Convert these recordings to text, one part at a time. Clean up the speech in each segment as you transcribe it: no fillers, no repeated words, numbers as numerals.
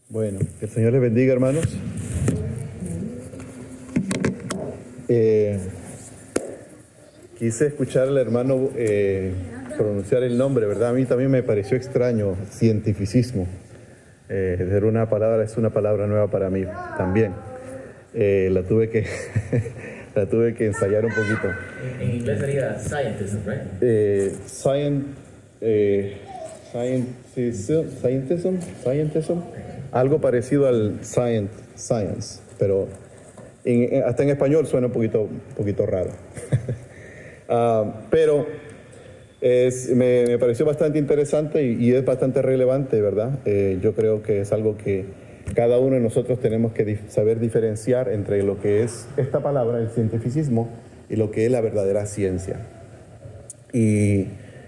Bueno, que el Señor les bendiga, hermanos. Quise escuchar al hermano pronunciar el nombre, ¿verdad? A mí también me pareció extraño, cientificismo. Es una palabra nueva para mí también. La tuve que ensayar un poquito. En inglés sería scientism, right? Scientism, algo parecido al science, pero hasta en español suena un poquito raro. Pero me pareció bastante interesante y es bastante relevante, ¿verdad? Yo creo que es algo que cada uno de nosotros tenemos que saber diferenciar entre lo que es esta palabra, el cientificismo, y lo que es la verdadera ciencia. Y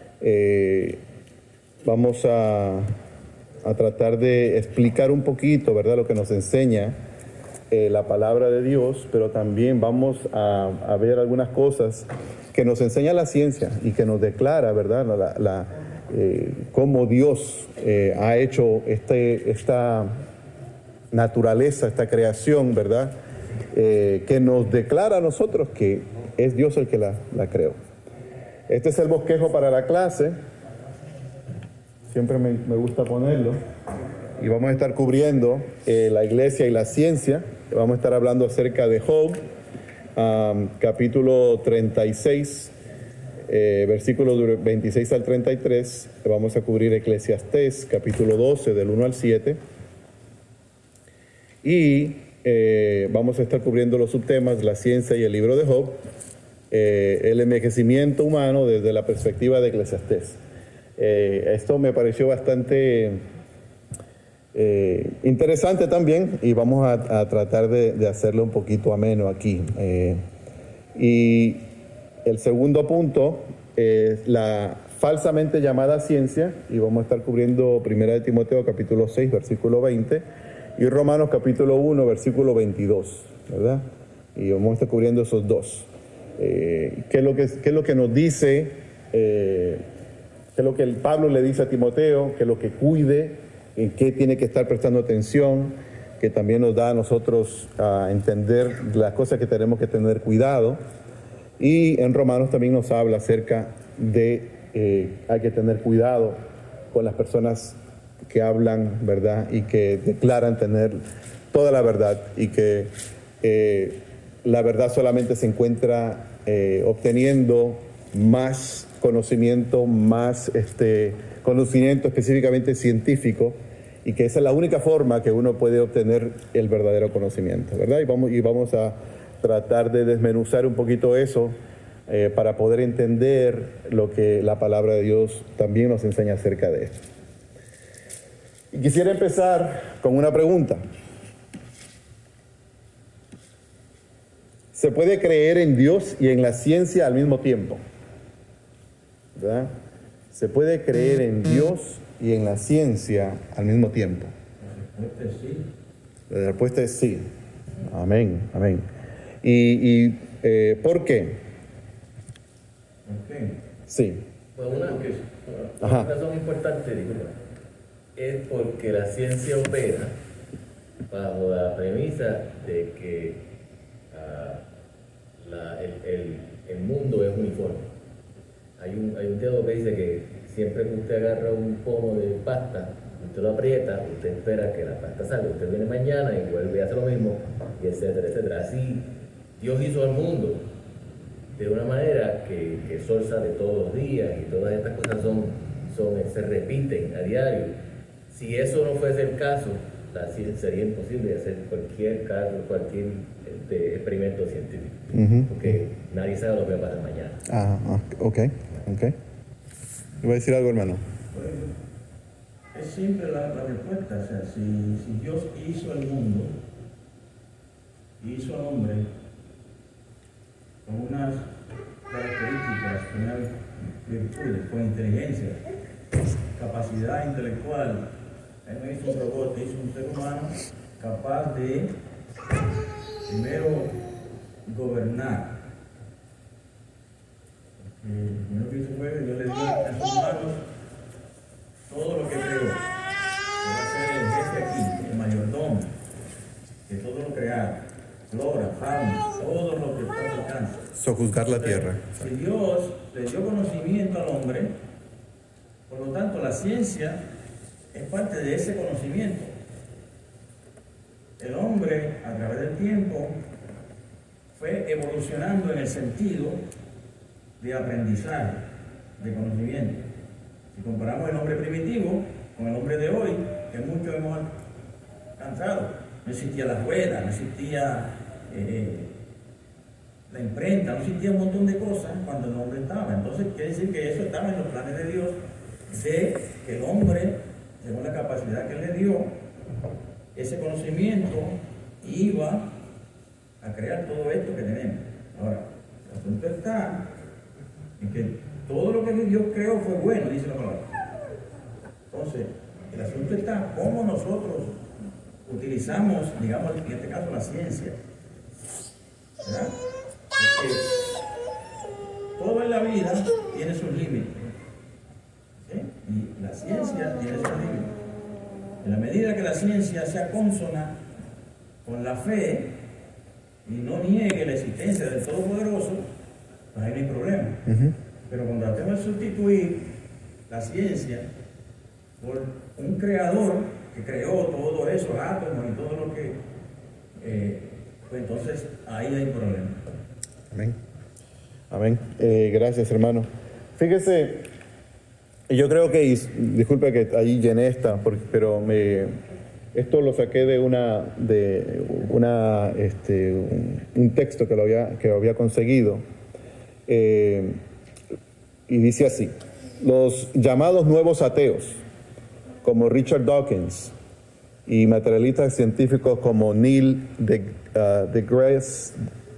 vamos a tratar de explicar un poquito, ¿verdad?, lo que nos enseña la palabra de Dios, pero también vamos a ver algunas cosas que nos enseña la ciencia y que nos declara, ¿verdad?, cómo Dios ha hecho esta naturaleza, esta creación, ¿verdad?, que nos declara a nosotros que es Dios el que la creó. Este es el bosquejo para la clase. Siempre me gusta ponerlo. Y vamos a estar cubriendo la iglesia y la ciencia. Vamos a estar hablando acerca de Job, capítulo 36, versículos 26 al 33. Vamos a cubrir Eclesiastés, capítulo 12, del 1 al 7. Y vamos a estar cubriendo los subtemas, la ciencia y el libro de Job, el envejecimiento humano desde la perspectiva de Eclesiastés. Esto me pareció bastante interesante también y vamos a tratar de hacerlo un poquito ameno aquí. Y el segundo punto es la falsamente llamada ciencia, y vamos a estar cubriendo 1 de Timoteo capítulo 6, versículo 20, y Romanos capítulo 1, versículo 22, ¿verdad? Y vamos a estar cubriendo esos dos. ¿Qué es lo que nos dice? ¿Qué es lo que Pablo le dice a Timoteo? ¿Qué es lo que cuide? ¿En qué tiene que estar prestando atención? Que también nos da a nosotros a entender las cosas que tenemos que tener cuidado. Y en Romanos también nos habla acerca de hay que tener cuidado con las personas que hablan, ¿verdad?, y que declaran tener toda la verdad, y que la verdad solamente se encuentra obteniendo más conocimiento, más conocimiento específicamente científico, y que esa es la única forma que uno puede obtener el verdadero conocimiento, ¿verdad? Y vamos a tratar de desmenuzar un poquito eso para poder entender lo que la palabra de Dios también nos enseña acerca de esto. Y quisiera empezar con una pregunta. ¿Se puede creer en Dios y en la ciencia al mismo tiempo? ¿Verdad? ¿Se puede creer en Dios y en la ciencia al mismo tiempo? La respuesta es sí. Amén, amén. ¿Y por qué? Sí. Pues una razón importante, es porque la ciencia opera bajo la premisa de que el mundo es uniforme. Hay un teórico que dice que siempre que usted agarra un pomo de pasta, usted lo aprieta, usted espera que la pasta salga, usted viene mañana y vuelve a hacer lo mismo, y etcétera, etcétera. Así Dios hizo al mundo de una manera que el sol sale todos los días y todas estas cosas se repiten a diario. Si eso no fuese el caso, sería imposible hacer cualquier experimento científico, porque nadie sabe lo que va a pasar mañana. Ok. ¿Iba a decir algo, hermano? Es simple la respuesta. O sea, si Dios hizo el mundo, hizo al hombre con unas características, con unas virtudes, con inteligencia, capacidad intelectual, Él no hizo un robot, hizo un ser humano capaz de primero gobernar. El primero que hizo fue, Dios le dio a sus manos todo lo que creó. Va a ser el jefe aquí, el mayor. Sojuzgar la tierra. Si Dios le dio conocimiento al hombre, por lo tanto la ciencia es parte de ese conocimiento. El hombre, a través del tiempo, fue evolucionando en el sentido de aprendizaje, de conocimiento. Si comparamos el hombre primitivo con el hombre de hoy, que mucho hemos alcanzado, no existía la rueda, no existía la imprenta, no existía un montón de cosas cuando el hombre estaba. Entonces quiere decir que eso estaba en los planes de Dios, de que el hombre, según la capacidad que él le dio, ese conocimiento iba a crear todo esto que tenemos. Ahora, el asunto está en que todo lo que Dios creó fue bueno, dice la palabra. Entonces, el asunto está cómo nosotros utilizamos, digamos, en este caso, la ciencia. ¿Verdad? Porque todo en la vida tiene sus límites. ¿Sí? Y la ciencia tiene sus límites. En la medida que la ciencia sea consona con la fe y no niegue la existencia del Todopoderoso, pues ahí no hay problema. Pero cuando tratemos de sustituir la ciencia por un creador que creó todos esos átomos y todo lo que, pues entonces ahí hay problema. Amén. Amén. Gracias, hermano. Fíjese, yo creo que, disculpe que ahí llené esta, pero esto lo saqué de un texto que había conseguido. Y dice así: los llamados nuevos ateos, como Richard Dawkins, y materialistas científicos como Neil deGrasse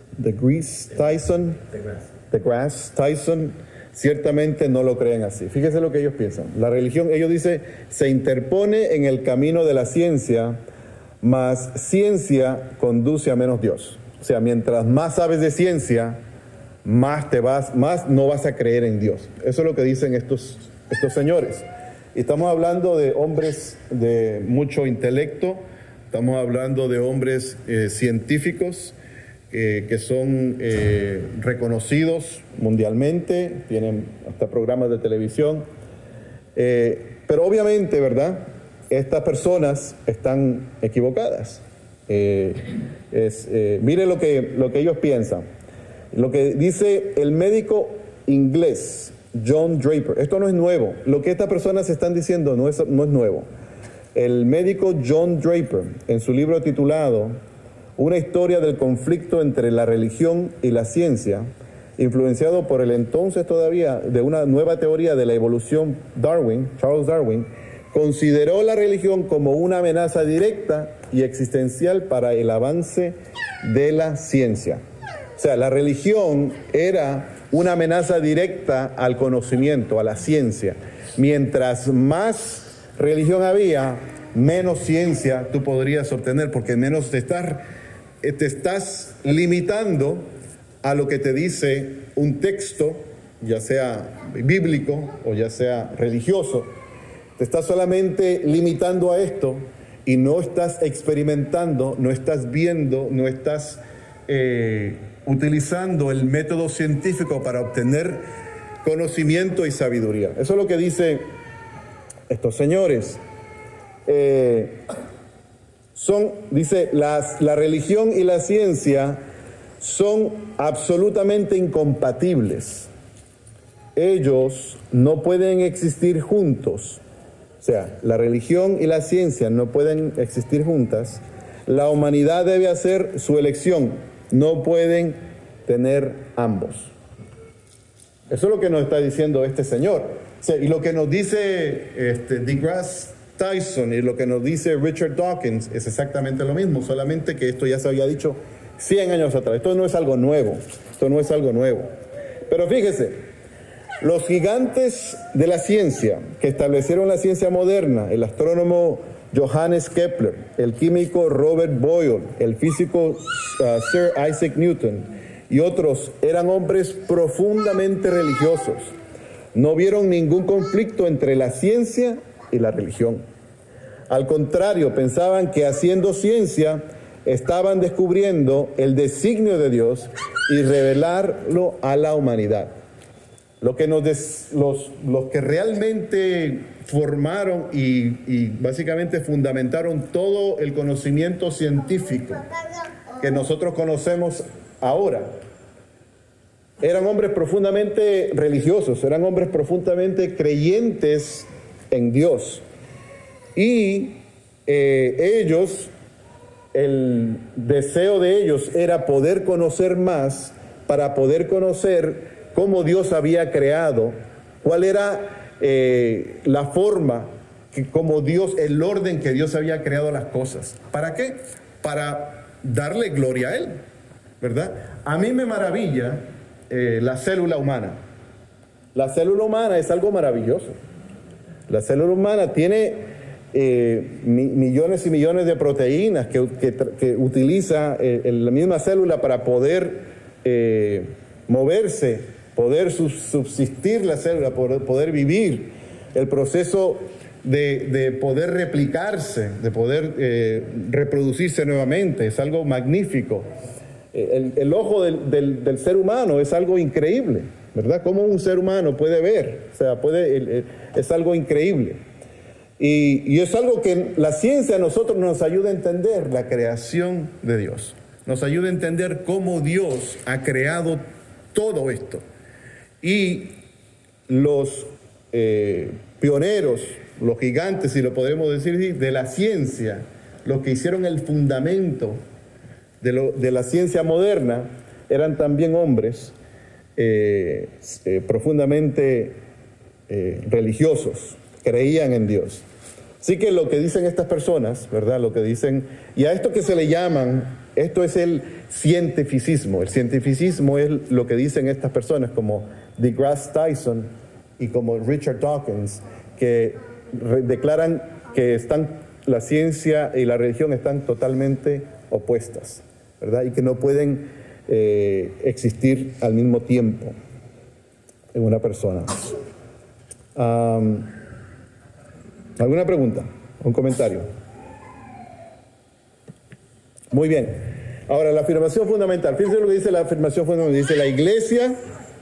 Tyson, ciertamente no lo creen así. Fíjese lo que ellos piensan. La religión, ellos dicen, se interpone en el camino de la ciencia, mas ciencia conduce a menos Dios. O sea, mientras más sabes de ciencia, más no vas a creer en Dios. Eso es lo que dicen estos señores. Y estamos hablando de hombres de mucho intelecto, estamos hablando de hombres científicos que son reconocidos mundialmente, tienen hasta programas de televisión. Pero obviamente, ¿verdad? Estas personas están equivocadas. Mire lo que ellos piensan. Lo que dice el médico inglés John Draper, esto no es nuevo, lo que estas personas están diciendo no es nuevo. El médico John Draper, en su libro titulado Una historia del conflicto entre la religión y la ciencia, influenciado por el entonces todavía de una nueva teoría de la evolución Charles Darwin, consideró la religión como una amenaza directa y existencial para el avance de la ciencia. O sea, la religión era una amenaza directa al conocimiento, a la ciencia. Mientras más religión había, menos ciencia tú podrías obtener, porque menos te estás limitando a lo que te dice un texto, ya sea bíblico o ya sea religioso. Te estás solamente limitando a esto y no estás experimentando, no estás viendo, no estás utilizando el método científico para obtener conocimiento y sabiduría. Eso es lo que dicen estos señores. Dice, la religión y la ciencia son absolutamente incompatibles. Ellos no pueden existir juntos. O sea, la religión y la ciencia no pueden existir juntas. La humanidad debe hacer su elección. No pueden tener ambos. Eso es lo que nos está diciendo este señor. O sea, y lo que nos dice deGrasse Tyson y lo que nos dice Richard Dawkins es exactamente lo mismo, solamente que esto ya se había dicho 100 años atrás. Esto no es algo nuevo. Pero fíjese, los gigantes de la ciencia que establecieron la ciencia moderna, el astrónomo Johannes Kepler, el químico Robert Boyle, el físico Sir Isaac Newton y otros, eran hombres profundamente religiosos. No vieron ningún conflicto entre la ciencia y la religión. Al contrario, pensaban que haciendo ciencia estaban descubriendo el designio de Dios y revelarlo a la humanidad. Los que realmente formaron y básicamente fundamentaron todo el conocimiento científico que nosotros conocemos ahora, eran hombres profundamente religiosos, eran hombres profundamente creyentes en Dios. Y ellos, el deseo de ellos era poder conocer más para poder conocer cómo Dios había creado, cuál era la forma, como Dios, el orden que Dios había creado las cosas. ¿Para qué? Para darle gloria a Él, ¿verdad? A mí me maravilla la célula humana. La célula humana es algo maravilloso. La célula humana tiene millones y millones de proteínas que utiliza la misma célula para poder moverse, poder subsistir la célula, poder vivir, el proceso de poder replicarse, de poder reproducirse nuevamente, es algo magnífico. El ojo del ser humano es algo increíble, ¿verdad? ¿Cómo un ser humano puede ver? O sea, es algo increíble. Y es algo que la ciencia a nosotros nos ayuda a entender, la creación de Dios. Nos ayuda a entender cómo Dios ha creado todo esto. Y los pioneros, los gigantes, si lo podemos decir así, de la ciencia, los que hicieron el fundamento de la ciencia moderna, eran también hombres profundamente religiosos, creían en Dios. Así que lo que dicen estas personas, ¿verdad? Lo que dicen, y a esto que se le llaman, esto es el cientificismo. El cientificismo es lo que dicen estas personas como deGrasse Tyson y como Richard Dawkins, que declaran que la ciencia y la religión están totalmente opuestas, ¿verdad? Y que no pueden existir al mismo tiempo en una persona. ¿Alguna pregunta? ¿Un comentario? Muy bien. Ahora, la afirmación fundamental. Fíjense lo que dice la afirmación fundamental. Dice, la Iglesia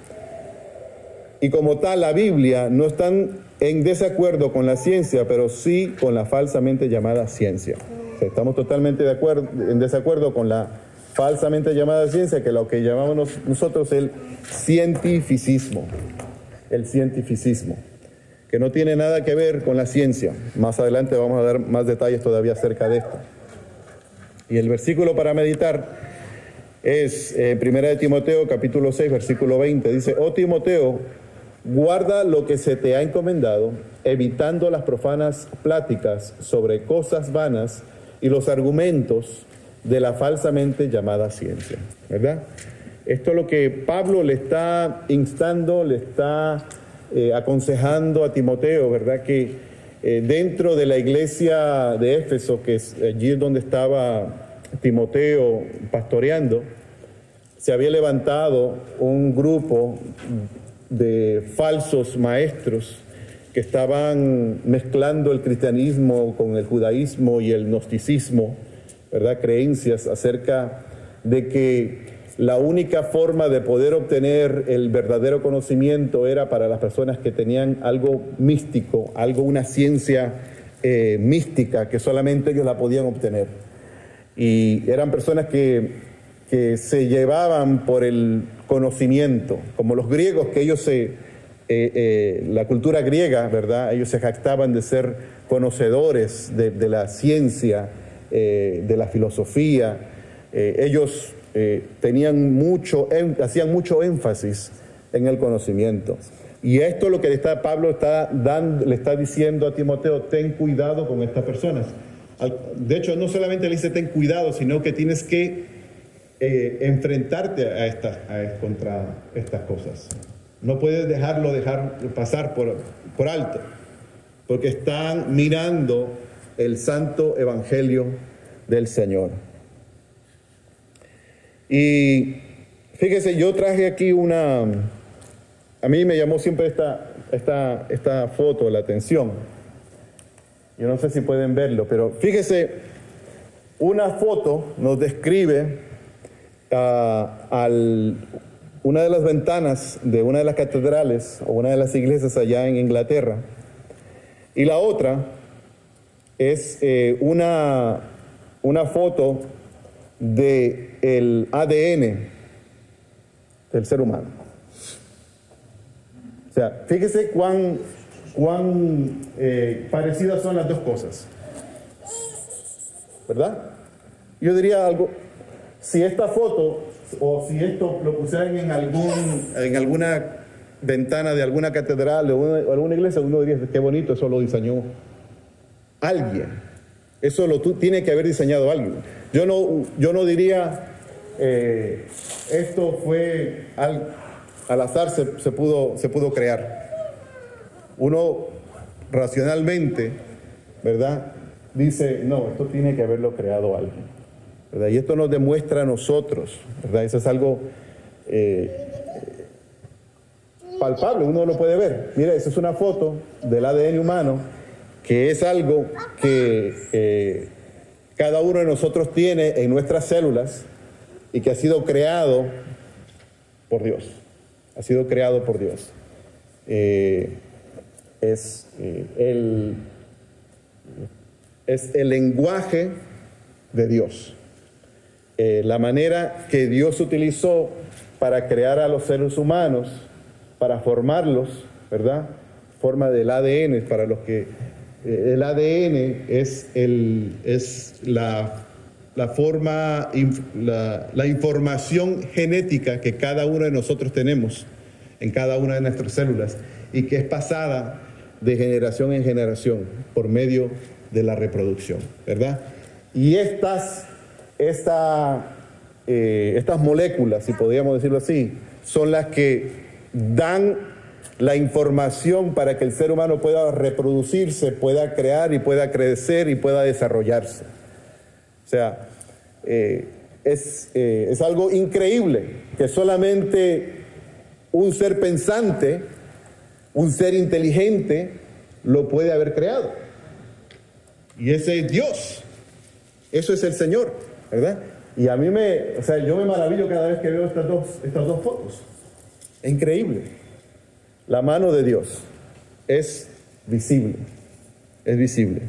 y como tal la Biblia no están en desacuerdo con la ciencia, pero sí con la falsamente llamada ciencia. O sea, estamos totalmente en desacuerdo con la falsamente llamada ciencia, que lo que llamamos nosotros el cientificismo. El cientificismo, que no tiene nada que ver con la ciencia. Más adelante vamos a dar más detalles todavía acerca de esto. Y el versículo para meditar es 1 Timoteo capítulo 6, versículo 20. Dice, oh Timoteo, guarda lo que se te ha encomendado, evitando las profanas pláticas sobre cosas vanas y los argumentos de la falsamente llamada ciencia. ¿Verdad? Esto es lo que Pablo le está instando, le está aconsejando a Timoteo, ¿verdad? Que dentro de la iglesia de Éfeso, que es allí donde estaba Timoteo pastoreando, se había levantado un grupo de falsos maestros que estaban mezclando el cristianismo con el judaísmo y el gnosticismo, ¿verdad? Creencias acerca de que la única forma de poder obtener el verdadero conocimiento era para las personas que tenían algo místico, una ciencia mística que solamente ellos la podían obtener. Y eran personas que se llevaban por el conocimiento, como los griegos, que ellos la cultura griega, ¿verdad? Ellos se jactaban de ser conocedores de la ciencia, de la filosofía. Ellos hacían mucho énfasis en el conocimiento. Y esto es lo que Pablo le está diciendo a Timoteo: ten cuidado con estas personas. De hecho, no solamente le dice ten cuidado, sino que tienes que enfrentarte contra estas cosas. No puedes dejar pasar por alto, porque están mirando el santo evangelio del Señor. Y fíjese, yo traje aquí a mí me llamó siempre esta foto la atención. Yo no sé si pueden verlo, pero fíjese Una foto nos describe una de las ventanas de una de las catedrales o una de las iglesias allá en Inglaterra, y la otra es una foto del ADN del ser humano. O sea, fíjese cuán parecidas son las dos cosas, ¿verdad? Yo diría algo, si esta foto o si esto lo pusieran en alguna ventana de alguna catedral o alguna iglesia, uno diría, qué bonito, eso lo diseñó alguien. Eso tiene que haber diseñado alguien. Yo no diría, esto fue al azar se pudo crear. Uno racionalmente, ¿verdad?, dice, no, esto tiene que haberlo creado alguien, ¿verdad? Y esto nos demuestra a nosotros, ¿verdad? Eso es algo palpable, uno lo puede ver. Mira, esa es una foto del ADN humano, que es algo que cada uno de nosotros tiene en nuestras células y que ha sido creado por Dios. Ha sido creado por Dios. Es el lenguaje de Dios. La manera que Dios utilizó para crear a los seres humanos, para formarlos, ¿verdad? Forma del ADN, para los que el ADN es la forma, la información genética que cada uno de nosotros tenemos en cada una de nuestras células y que es pasada de generación en generación por medio de la reproducción, ¿verdad? Y estas moléculas, si podríamos decirlo así, son las que dan la información para que el ser humano pueda reproducirse, pueda crear y pueda crecer y pueda desarrollarse. O sea, es algo increíble que solamente un ser pensante, un ser inteligente, lo puede haber creado. Y ese es Dios. Eso es el Señor, ¿verdad? Y a mí yo me maravillo cada vez que veo estas dos fotos. Es increíble. La mano de Dios es visible. Es visible.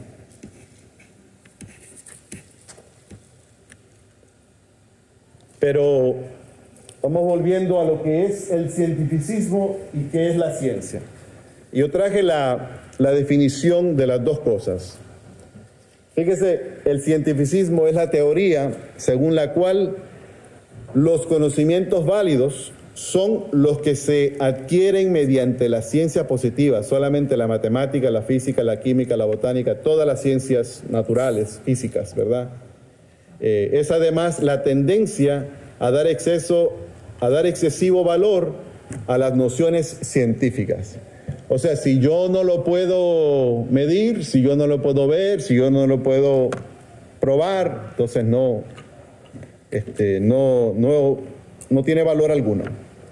Pero vamos volviendo a lo que es el cientificismo y qué es la ciencia. Yo traje la definición de las dos cosas. Fíjese, el cientificismo es la teoría según la cual los conocimientos válidos son los que se adquieren mediante la ciencia positiva, solamente la matemática, la física, la química, la botánica, todas las ciencias naturales, físicas, ¿verdad? Es además la tendencia a dar excesivo valor a las nociones científicas. O sea, si yo no lo puedo medir, si yo no lo puedo ver, si yo no lo puedo probar, entonces no tiene valor alguno.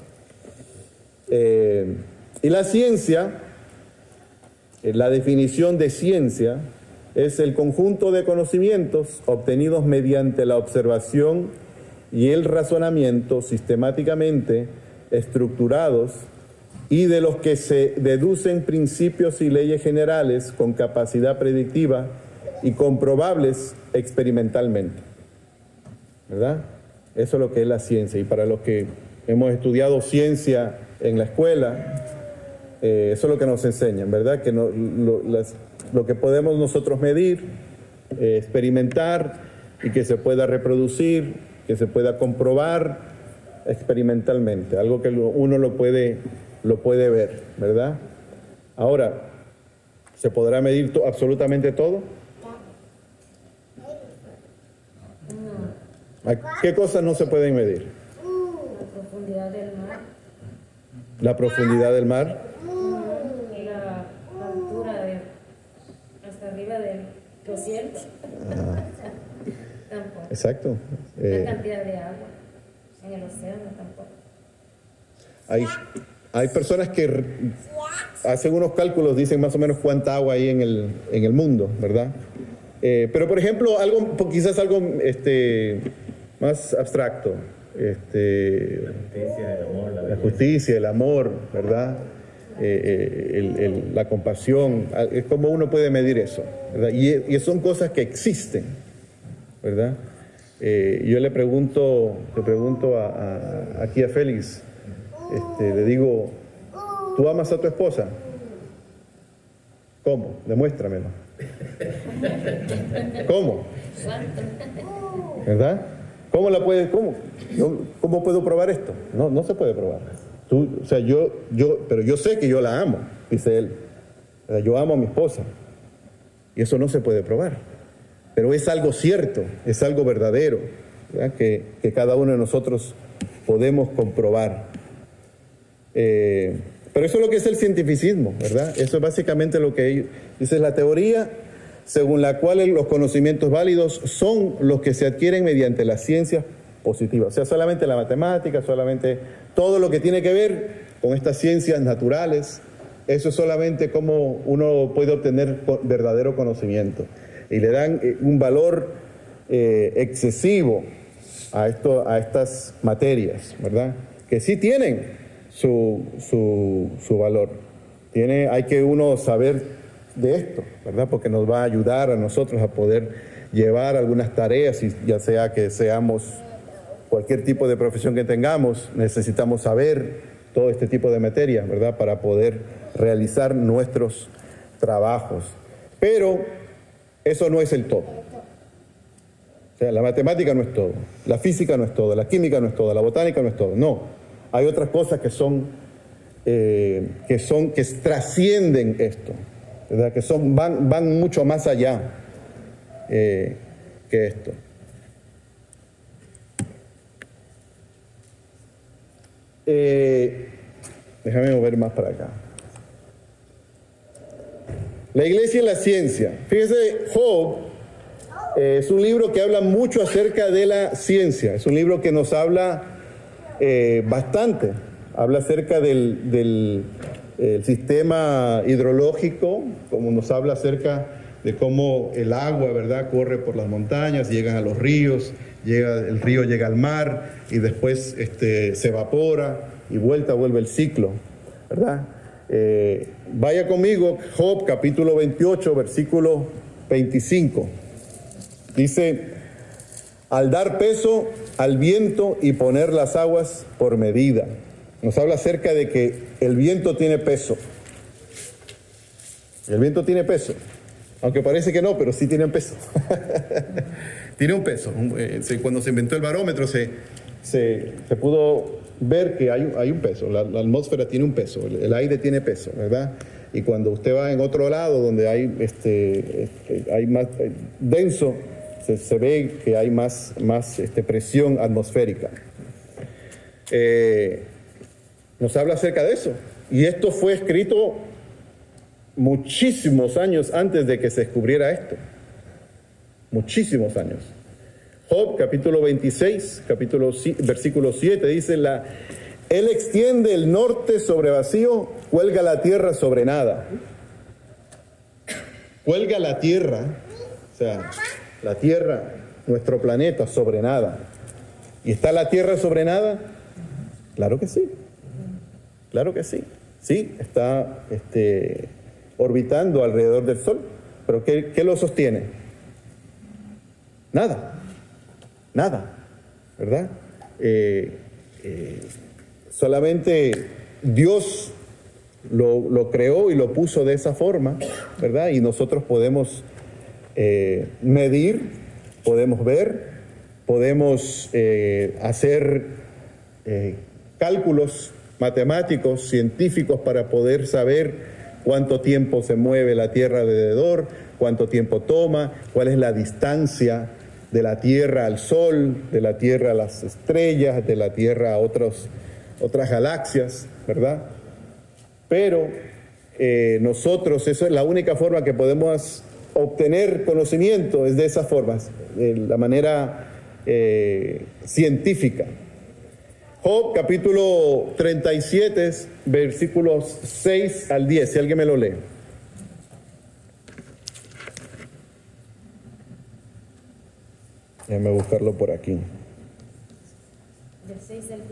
Y la ciencia, la definición de ciencia, es el conjunto de conocimientos obtenidos mediante la observación y el razonamiento sistemáticamente estructurados y de los que se deducen principios y leyes generales con capacidad predictiva y comprobables experimentalmente, ¿verdad? Eso es lo que es la ciencia. Y para los que hemos estudiado ciencia en la escuela, eso es lo que nos enseñan, ¿verdad? Que lo que podemos nosotros medir, experimentar y que se pueda reproducir, que se pueda comprobar experimentalmente, algo que uno lo puede ver, ¿verdad? Ahora, ¿se podrá medir absolutamente todo? ¿Qué cosas no se pueden medir? La profundidad del mar. La profundidad del mar. La altura hasta arriba de los cielos. Tampoco. Exacto. La cantidad de agua en el océano tampoco. Hay personas que hacen unos cálculos, dicen más o menos cuánta agua hay en el mundo, ¿verdad? Pero, por ejemplo, quizás algo más abstracto. La justicia, el amor, la justicia, el amor, ¿verdad? La compasión. Es como uno puede medir eso, ¿verdad? Y son cosas que existen, ¿verdad? Yo le pregunto aquí a Félix, le digo, ¿tú amas a tu esposa? ¿Cómo? Demuéstramelo. ¿Cómo? ¿Verdad? ¿Cómo puedo probar esto? No se puede probar. Pero yo sé que yo la amo, dice él. Yo amo a mi esposa. Y eso no se puede probar. Pero es algo cierto, es algo verdadero, ¿verdad? Que cada uno de nosotros podemos comprobar. Pero eso es lo que es el cientificismo, ¿verdad? Eso es básicamente lo que dice la teoría según la cual los conocimientos válidos son los que se adquieren mediante las ciencias positivas. O sea, solamente la matemática, solamente todo lo que tiene que ver con estas ciencias naturales, eso es solamente cómo uno puede obtener verdadero conocimiento. Y le dan un valor excesivo a estas materias, ¿verdad? Que sí tienen su valor. Hay que uno saber de esto, ¿verdad? Porque nos va a ayudar a nosotros a poder llevar algunas tareas, y ya sea que seamos cualquier tipo de profesión que tengamos, necesitamos saber todo este tipo de materia, ¿verdad? Para poder realizar nuestros trabajos. Pero eso no es el todo. O sea, la matemática no es todo, la física no es todo, la química no es todo, la botánica no es todo. No, hay otras cosas que trascienden esto, ¿verdad? Que van mucho más allá que esto. Déjame mover más para acá. La iglesia y la ciencia. Fíjese, Job es un libro que habla mucho acerca de la ciencia. Es un libro que nos habla bastante. Habla acerca del sistema hidrológico, como nos habla acerca de cómo el agua, ¿verdad?, corre por las montañas, llegan a los ríos, el río llega al mar y después se evapora y vuelve el ciclo, ¿verdad? Vaya conmigo, Job capítulo 28, versículo 25. Dice: al dar peso al viento y poner las aguas por medida. Nos habla acerca de que el viento tiene peso. El viento tiene peso. Aunque parece que no, pero sí tiene un peso. Tiene un peso. Cuando se inventó el barómetro se pudo ver que hay un peso. La atmósfera tiene un peso, el aire tiene peso, ¿verdad? Y cuando usted va en otro lado donde hay más denso, se ve que hay más presión atmosférica. Nos habla acerca de eso. Y esto fue escrito muchísimos años antes de que se descubriera esto. Muchísimos años. Job, capítulo 26, versículo 7, dice: Él extiende el norte sobre vacío, cuelga la tierra sobre nada. Cuelga la tierra, o sea, la tierra, nuestro planeta, sobre nada. ¿Y está la tierra sobre nada? Claro que sí. Claro que sí. Sí, está orbitando alrededor del Sol. ¿Pero qué lo sostiene? Nada. Nada. ¿Verdad? Solamente Dios lo creó y lo puso de esa forma, ¿verdad? Y nosotros podemos medir, podemos ver, podemos hacer cálculos matemáticos, científicos, para poder saber cuánto tiempo se mueve la Tierra alrededor, cuánto tiempo toma, cuál es la distancia de la Tierra al Sol, de la Tierra a las estrellas, de la Tierra a otras galaxias, ¿verdad? Pero nosotros, eso es la única forma que podemos obtener conocimiento, es de esas formas, de la manera científica. Job, capítulo 37, versículos 6 al 10, si alguien me lo lee. Déjame buscarlo por aquí. Del 6 al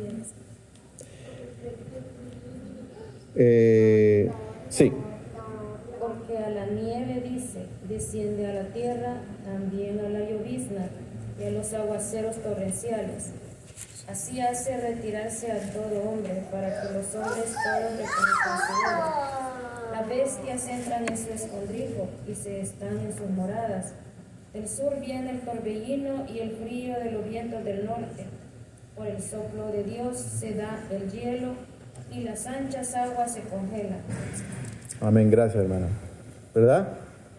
10. Sí. Porque a la nieve dice, desciende a la tierra, también a la llovizna y a los aguaceros torrenciales. Así hace retirarse a todo hombre, para que los hombres todos reconozcan su obra. Las bestias entran en su escondrijo y se están en sus moradas. Del sur viene el torbellino y el frío de los vientos del norte. Por el soplo de Dios se da el hielo y las anchas aguas se congelan. Amén, gracias, hermana. ¿Verdad?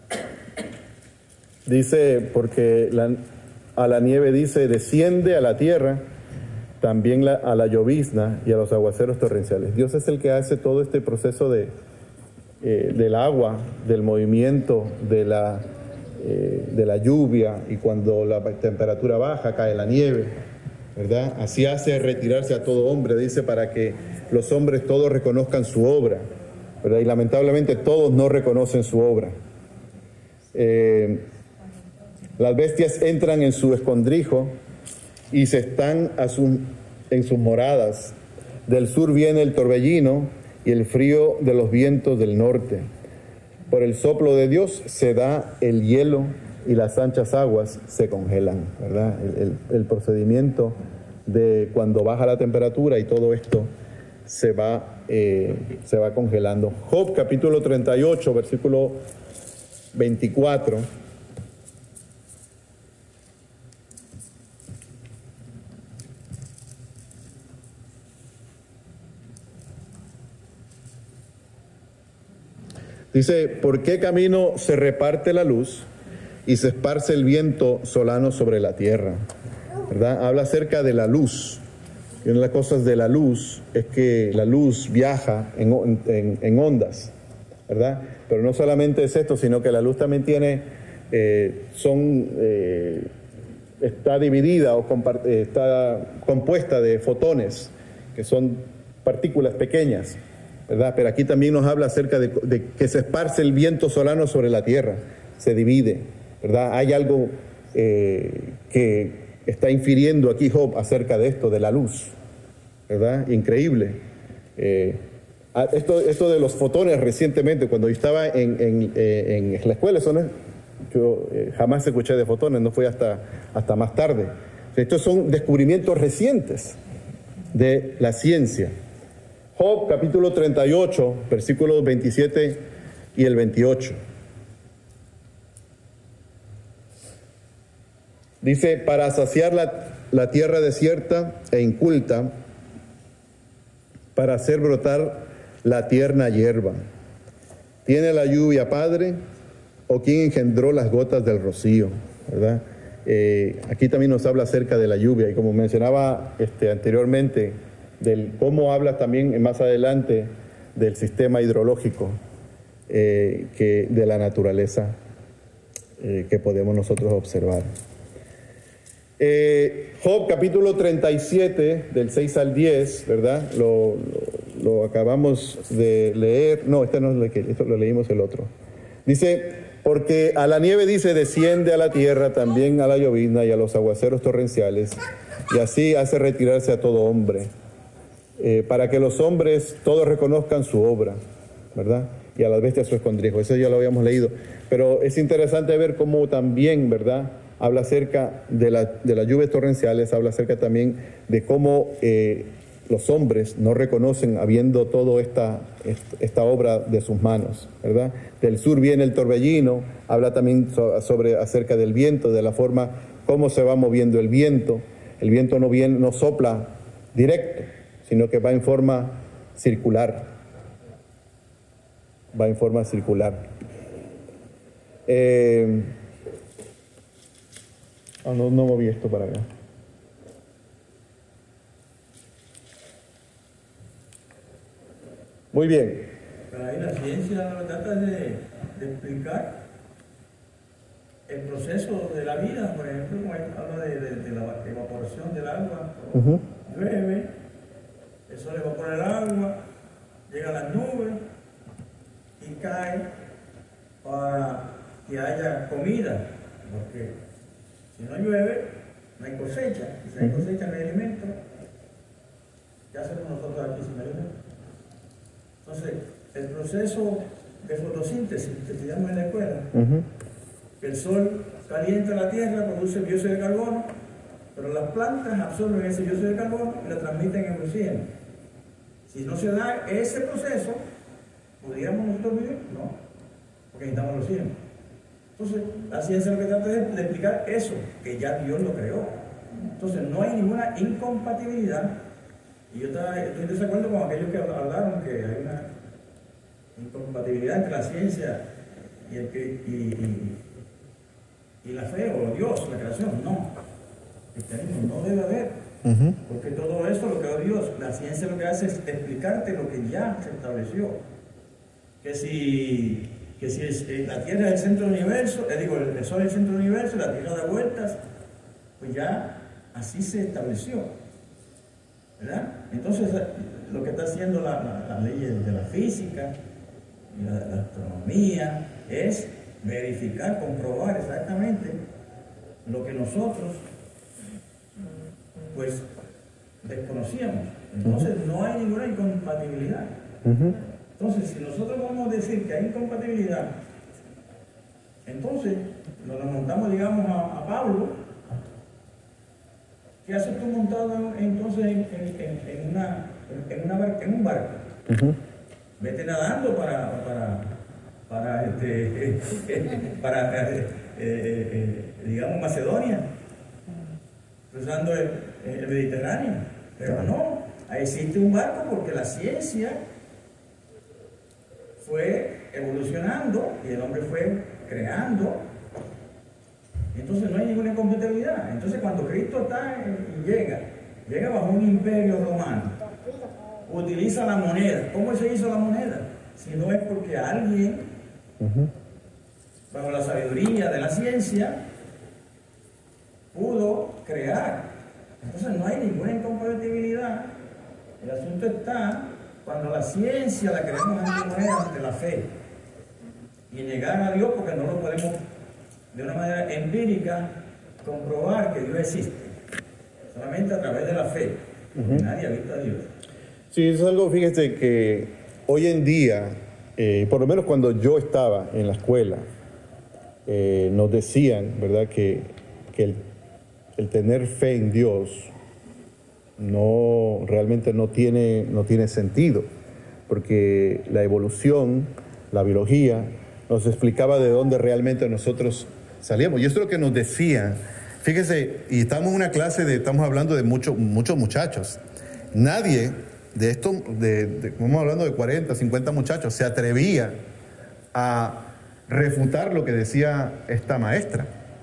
Dice, porque a la nieve dice, desciende a la tierra, también a la llovizna y a los aguaceros torrenciales. Dios es el que hace todo este proceso del agua, del movimiento, de la lluvia, y cuando la temperatura baja cae la nieve, ¿verdad? Así hace retirarse a todo hombre, dice, para que los hombres todos reconozcan su obra, ¿verdad? Y lamentablemente todos no reconocen su obra. Las bestias entran en su escondrijo y se están en sus moradas. Del sur viene el torbellino y el frío de los vientos del norte. Por el soplo de Dios se da el hielo y las anchas aguas se congelan, ¿verdad? El procedimiento de cuando baja la temperatura y todo esto se va congelando. Job capítulo 38, versículo 24. Dice, ¿por qué camino se reparte la luz y se esparce el viento solano sobre la tierra? ¿Verdad? Habla acerca de la luz. Y una de las cosas de la luz es que la luz viaja en ondas, ¿verdad? Pero no solamente es esto, sino que la luz también tiene, está dividida o está compuesta de fotones, que son partículas pequeñas, ¿verdad? Pero aquí también nos habla acerca de que se esparce el viento solano sobre la tierra, se divide, ¿verdad? Hay algo que está infiriendo aquí Job acerca de esto, de la luz, ¿verdad? Increíble. Esto de los fotones recientemente, cuando yo estaba en la escuela, yo jamás escuché de fotones, no fue hasta más tarde. Estos son descubrimientos recientes de la ciencia. Job capítulo 38, versículos 27 y el 28. Dice, para saciar la tierra desierta e inculta, para hacer brotar la tierna hierba. ¿Tiene la lluvia padre? ¿O quién engendró las gotas del rocío? ¿Verdad? Aquí también nos habla acerca de la lluvia, y como mencionaba anteriormente, del cómo habla también más adelante del sistema hidrológico de la naturaleza que podemos nosotros observar. Job capítulo 37 del 6 al 10, ¿verdad? Lo acabamos de leer. No, este no es esto lo leímos el otro. Dice, porque a la nieve dice, desciende a la tierra, también a la llovizna y a los aguaceros torrenciales, y así hace retirarse a todo hombre, para que los hombres todos reconozcan su obra, ¿verdad? Y a las bestias su escondrijo. Eso ya lo habíamos leído. Pero es interesante ver cómo también, ¿verdad?, habla acerca de las lluvias torrenciales, habla acerca también de cómo los hombres no reconocen habiendo toda esta obra de sus manos, ¿verdad? Del sur viene el torbellino, habla también acerca del viento, de la forma cómo se va moviendo el viento. El viento no sopla directo, sino que va en forma circular. Va en forma circular. No moví esto para acá. Muy bien. Pero ahí la ciencia trata de explicar el proceso de la vida. Por ejemplo, como habla de la evaporación del agua. Llueve, el sol evapora el agua, llegan las nubes y cae para que haya comida. Porque si no llueve, no hay cosecha. Y si hay cosecha, no hay alimento. ¿Qué hacemos nosotros aquí sin alimento? Entonces, el proceso de fotosíntesis que estudiamos en la escuela, que el sol calienta la tierra, produce dióxido de carbono, pero las plantas absorben ese dióxido de carbono y lo transmiten en el oxígeno. Si no se da ese proceso, ¿pudiéramos nosotros vivir? No, porque necesitamos el oxígeno. Entonces, la ciencia lo que trata es de explicar eso, que ya Dios lo creó. Entonces, no hay ninguna incompatibilidad. Y yo estoy en desacuerdo con aquellos que hablaron que hay una incompatibilidad entre la ciencia y la fe o Dios, la creación. No, el cristianismo no debe haber, porque todo eso lo creó Dios. La ciencia lo que hace es explicarte lo que ya se estableció. Que si la Tierra es el centro del universo, el Sol es el centro del universo, la Tierra da vueltas, pues ya así se estableció, ¿verdad? Entonces, lo que está haciendo la ley de la física y la astronomía es verificar, comprobar exactamente lo que nosotros pues desconocíamos. Entonces no hay ninguna incompatibilidad. Entonces, si nosotros vamos a decir que hay incompatibilidad, entonces nos montamos, digamos, a Pablo. ¿Qué haces tú montado entonces en un barco? Vete nadando para digamos, Macedonia, cruzando el Mediterráneo. Pero no, existe un barco porque la ciencia fue evolucionando y el hombre fue creando. Entonces no hay ninguna incompatibilidad. Entonces cuando Cristo llega bajo un imperio romano, utiliza la moneda. ¿Cómo se hizo la moneda? Si no es porque alguien, bajo la sabiduría de la ciencia, pudo crear. Entonces no hay ninguna incompatibilidad. El asunto está cuando la ciencia la queremos imponer ante la fe y negar a Dios porque no lo podemos de una manera empírica comprobar que Dios existe, solamente a través de la fe. Nadie ha visto a Dios. Sí, eso es algo, fíjese, que hoy en día, por lo menos cuando yo estaba en la escuela, nos decían, ¿verdad?, que el tener fe en Dios realmente no tiene sentido, porque la evolución, la biología, nos explicaba de dónde realmente nosotros salíamos. Y eso es lo que nos decían. Fíjese, y estamos en una clase estamos hablando de muchos muchachos. Nadie de esto, estamos hablando de 40, 50 muchachos, se atrevía a refutar lo que decía esta maestra.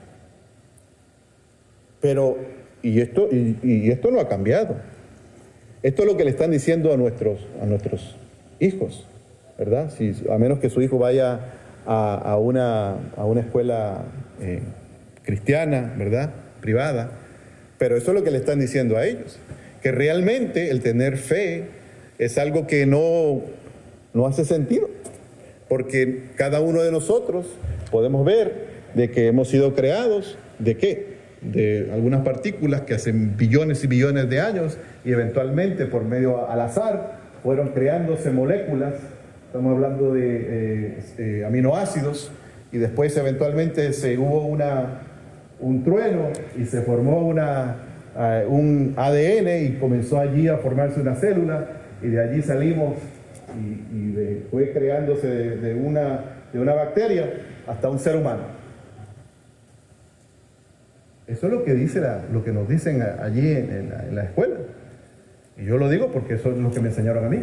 Pero, y esto no ha cambiado. Esto es lo que le están diciendo a nuestros hijos, ¿verdad? A menos que su hijo vaya a una escuela cristiana, ¿verdad?, privada. Pero eso es lo que le están diciendo a ellos, que realmente el tener fe es algo que no hace sentido, porque cada uno de nosotros podemos ver de que hemos sido creados, ¿de qué? De algunas partículas que hacen billones y billones de años y eventualmente por medio al azar fueron creándose moléculas. Estamos hablando de aminoácidos, y después eventualmente hubo un trueno y se formó un ADN y comenzó allí a formarse una célula, y de allí salimos y fue creándose de una bacteria hasta un ser humano. Eso es lo que lo que nos dicen allí en la escuela. Y yo lo digo porque eso es lo que me enseñaron a mí.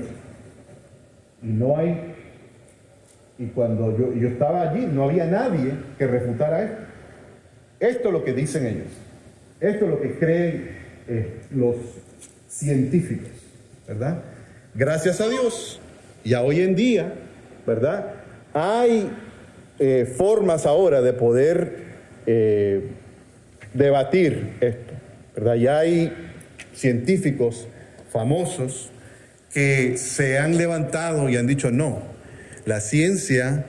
Y cuando yo estaba allí, no había nadie que refutara esto. Esto es lo que dicen ellos. Esto es lo que creen los científicos, ¿verdad? Gracias a Dios, ya hoy en día, ¿verdad?, hay formas ahora de poder debatir esto, ¿verdad? Ya hay científicos famosos que se han levantado y han dicho no, la ciencia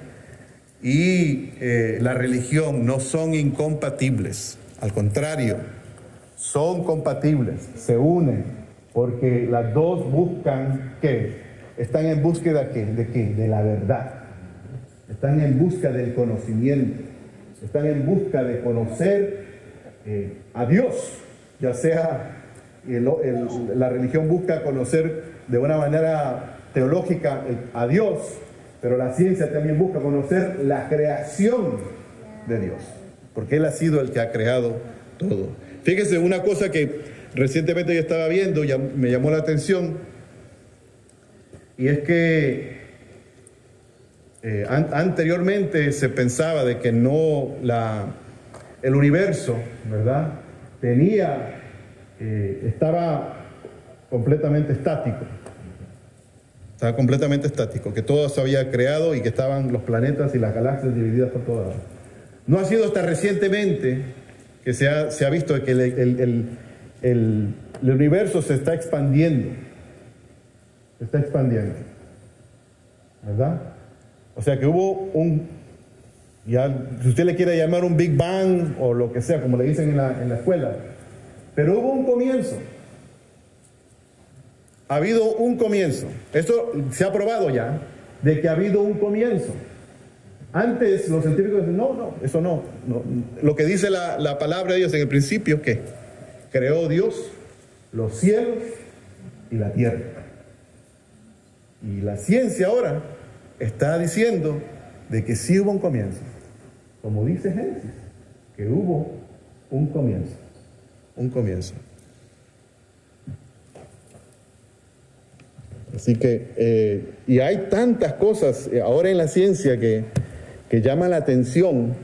y la religión no son incompatibles, al contrario, son compatibles, se unen, porque las dos buscan, ¿qué? Están en búsqueda, ¿qué? ¿De qué? De la verdad. Están en busca del conocimiento. Están en busca de conocer a Dios, ya sea la religión busca conocer de una manera teológica a Dios, pero la ciencia también busca conocer la creación de Dios, porque Él ha sido el que ha creado todo. Fíjese, una cosa que recientemente yo estaba viendo, ya me llamó la atención, y es que anteriormente se pensaba de que el universo, ¿verdad?, estaba completamente estático. Estaba completamente estático, que todo se había creado y que estaban los planetas y las galaxias divididas por todos lados. No ha sido hasta recientemente que se ha visto que el universo se está expandiendo. Se está expandiendo. ¿Verdad? O sea que hubo si usted le quiere llamar un Big Bang o lo que sea, como le dicen en la escuela, pero hubo un comienzo. Ha habido un comienzo. Esto se ha probado ya, de que ha habido un comienzo. Antes los científicos dicen, no, eso no. Lo que dice la palabra de Dios en el principio, ¿qué? Creó Dios los cielos y la tierra. Y la ciencia ahora está diciendo de que sí hubo un comienzo. Como dice Génesis, que hubo un comienzo. Un comienzo. Así que, y hay tantas cosas ahora en la ciencia que llaman la atención.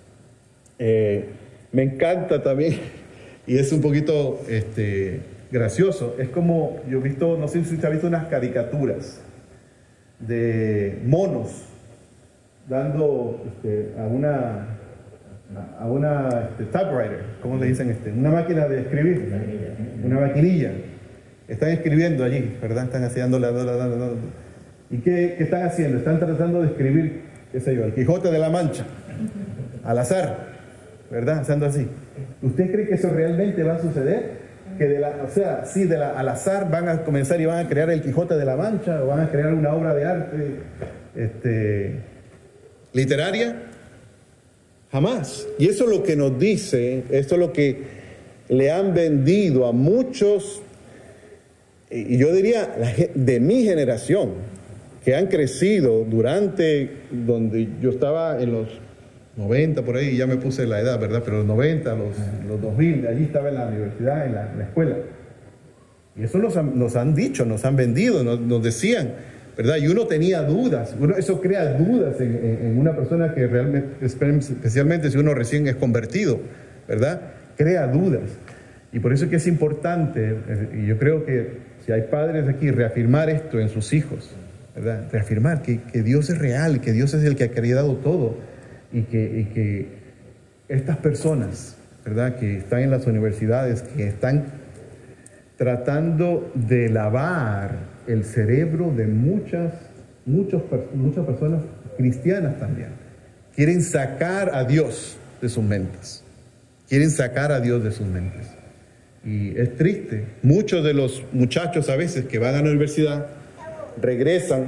Me encanta también, y es un poquito gracioso. Es como, yo he visto, no sé si usted ha visto unas caricaturas de monos dando a una typewriter, ¿cómo le dicen? Una máquina de escribir, una maquinilla. Están escribiendo allí, ¿verdad? Están haciendo ¿Y qué están haciendo? Están tratando de escribir, qué sé yo, el Quijote de la Mancha, al azar, ¿verdad? Haciendo así. ¿Usted cree que eso realmente va a suceder? Que al azar van a comenzar y van a crear el Quijote de la Mancha, o van a crear una obra de arte literaria. Jamás. Y eso es lo que nos dice, esto es lo que le han vendido a muchos, y yo diría de mi generación, que han crecido donde yo estaba en los 90, por ahí, ya me puse la edad, ¿verdad? Pero los 90, los 2000, allí estaba en la universidad, en la escuela. Y eso nos han dicho, nos han vendido, nos decían, ¿verdad? Y uno tenía dudas, eso crea dudas en una persona que realmente, especialmente si uno recién es convertido, ¿verdad? Crea dudas. Y por eso es que es importante, y yo creo que si hay padres aquí, reafirmar esto en sus hijos, ¿verdad? Reafirmar que Dios es real, que Dios es el que ha creado todo, y que estas personas, ¿verdad?, que están en las universidades, que están tratando de lavar el cerebro de muchas personas cristianas también. Quieren sacar a Dios de sus mentes. Quieren sacar a Dios de sus mentes. Y es triste. Muchos de los muchachos a veces que van a la universidad regresan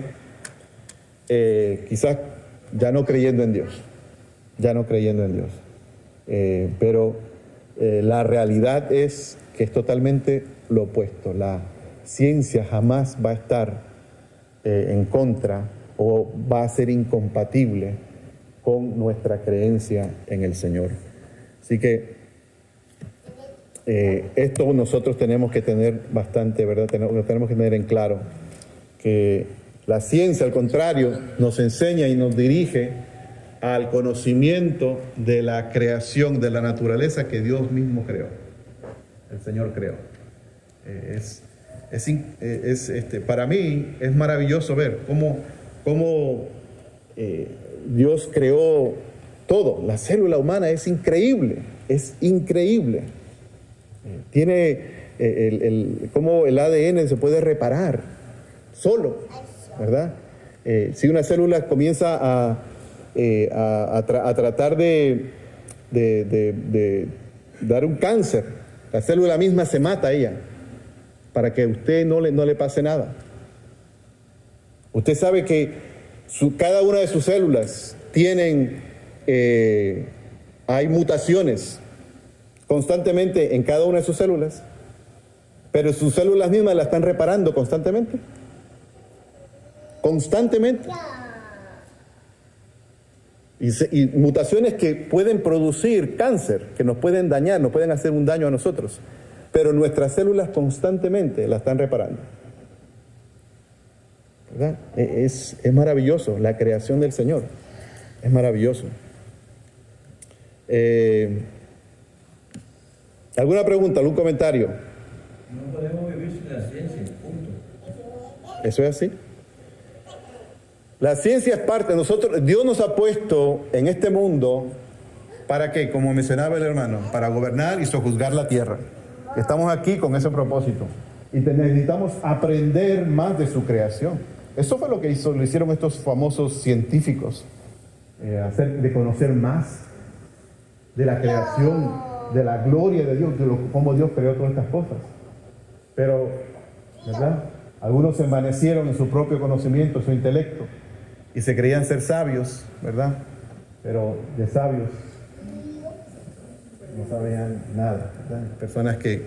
quizás ya no creyendo en Dios. Ya no creyendo en Dios. Pero la realidad es que es totalmente lo opuesto. La ciencia jamás va a estar en contra o va a ser incompatible con nuestra creencia en el Señor. Así que esto nosotros tenemos que tener bastante, ¿verdad? Tenemos que tener en claro que la ciencia, al contrario, nos enseña y nos dirige al conocimiento de la creación, de la naturaleza que Dios mismo creó, el Señor creó. Para mí es maravilloso ver cómo Dios creó todo. La célula humana es increíble, Tiene cómo el ADN se puede reparar solo, ¿verdad? Si una célula comienza a tratar de dar un cáncer, La célula misma se mata a ella para que a usted no le pase nada. Usted sabe que cada una de sus células hay mutaciones constantemente en cada una de sus células, pero sus células mismas la están reparando constantemente. Constantemente. Y mutaciones que pueden producir cáncer, que nos pueden dañar, nos pueden hacer un daño a nosotros. Pero nuestras células constantemente la están reparando. ¿Verdad? Es maravilloso la creación del Señor. Es maravilloso. ¿Alguna pregunta, algún comentario? No podemos vivir sin la ciencia, punto. ¿Eso es así? La ciencia es parte de nosotros. Dios nos ha puesto en este mundo para que, como mencionaba el hermano, para gobernar y sojuzgar la tierra. Estamos aquí con ese propósito y necesitamos aprender más de su creación. Eso fue lo que lo hicieron estos famosos científicos, de conocer más de la creación, de la gloria de Dios, de cómo Dios creó todas estas cosas. Pero, ¿verdad? Algunos se envanecieron en su propio conocimiento, su intelecto, y se creían ser sabios, ¿verdad? Pero de sabios no sabían nada, ¿verdad? Personas que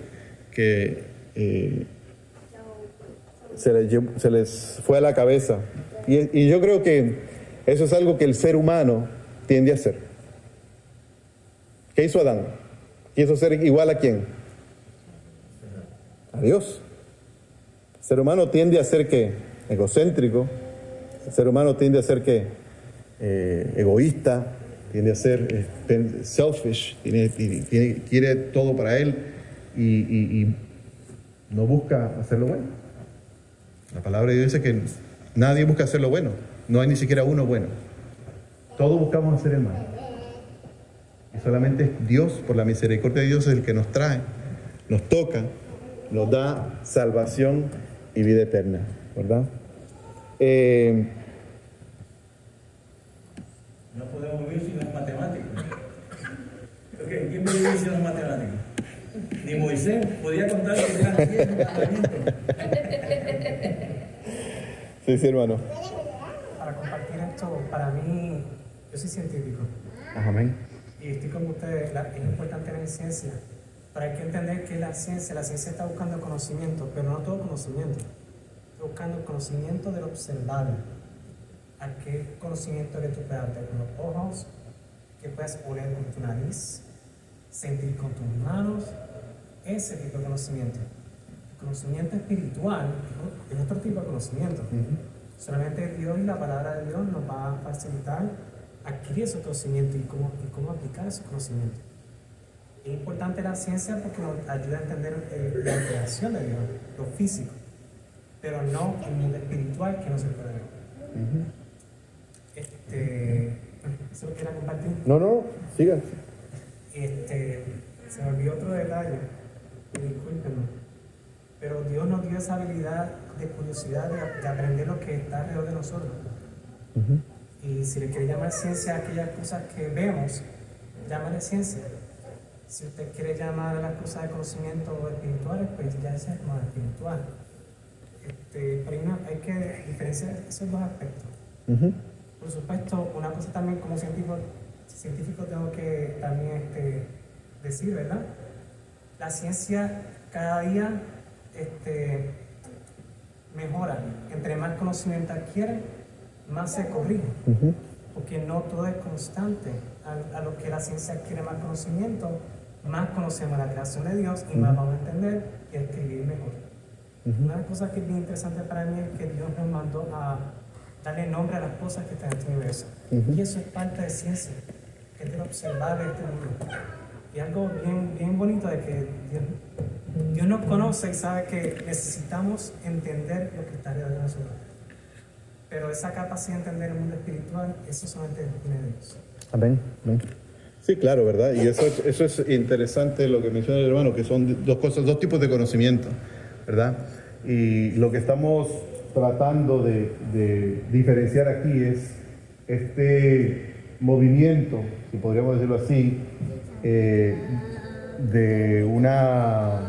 se les fue a la cabeza. Y yo creo que eso es algo que el ser humano tiende a hacer. ¿Qué hizo Adán? ¿Quiso ser igual a quién? A Dios. El ser humano tiende a ser ¿qué? Egocéntrico. El ser humano tiende a ser ¿qué? Egoísta. Tiende a ser selfish. Quiere todo para él y no busca hacer lo bueno. La palabra de Dios dice que nadie busca hacer lo bueno. No hay ni siquiera uno bueno. Todos buscamos hacer el mal. Y solamente Dios, por la misericordia de Dios, es el que nos trae, nos toca, nos da salvación y vida eterna, ¿verdad? No podemos vivir sin las matemáticas. Okay, ¿quién puede vivir sin las matemáticas? Ni Moisés podía contar que eran 10 mandamientos. Sí, hermano. Para compartir esto, para mí, yo soy científico. Amén. Y estoy con ustedes, es importante la ciencia, pero hay que entender que la ciencia está buscando conocimiento, pero no todo conocimiento. Está buscando el conocimiento del observable. Aquel conocimiento que tú puedas ver con los ojos, que puedas oler con tu nariz, sentir con tus manos, ese tipo de conocimiento. El conocimiento espiritual es otro tipo de conocimiento. Solamente Dios y la palabra de Dios nos va a facilitar adquirir ese conocimiento y cómo aplicar ese conocimiento. Es importante la ciencia porque nos ayuda a entender la creación de Dios, lo físico, pero no el mundo espiritual que no se puede ver. ¿Eso lo quieren compartir? No, siga. Se me olvidó otro detalle, discúlpenme, pero Dios nos dio esa habilidad de curiosidad de aprender lo que está alrededor de nosotros. Y si le quiere llamar ciencia a aquellas cosas que vemos, llámale ciencia. Si usted quiere llamar a las cosas de conocimiento espirituales, pues ya ese es más espiritual. Pero hay que diferenciar esos dos aspectos. Por supuesto, una cosa también como científico tengo que también decir, ¿verdad? La ciencia cada día mejora. Entre más conocimiento adquiere, más se corrige. Porque no todo es constante. A lo que la ciencia adquiere más conocimiento, más conocemos la creación de Dios y más vamos a entender y escribir mejor. Una de las cosas que es bien interesante para mí es que Dios nos mandó a darle nombre a las cosas que están en este universo. Y eso es parte de ciencia, que es de lo observable de este mundo. Y algo bien bonito de que Dios nos conoce y sabe que necesitamos entender lo que está alrededor de nosotros. Pero esa capacidad de entender el mundo espiritual, eso solamente tiene Dios. Amén. Sí, claro, ¿verdad? Y eso es interesante lo que menciona el hermano, que son dos tipos de conocimiento, ¿verdad? Y lo que estamos tratando de diferenciar aquí es este movimiento, si podríamos decirlo así, de una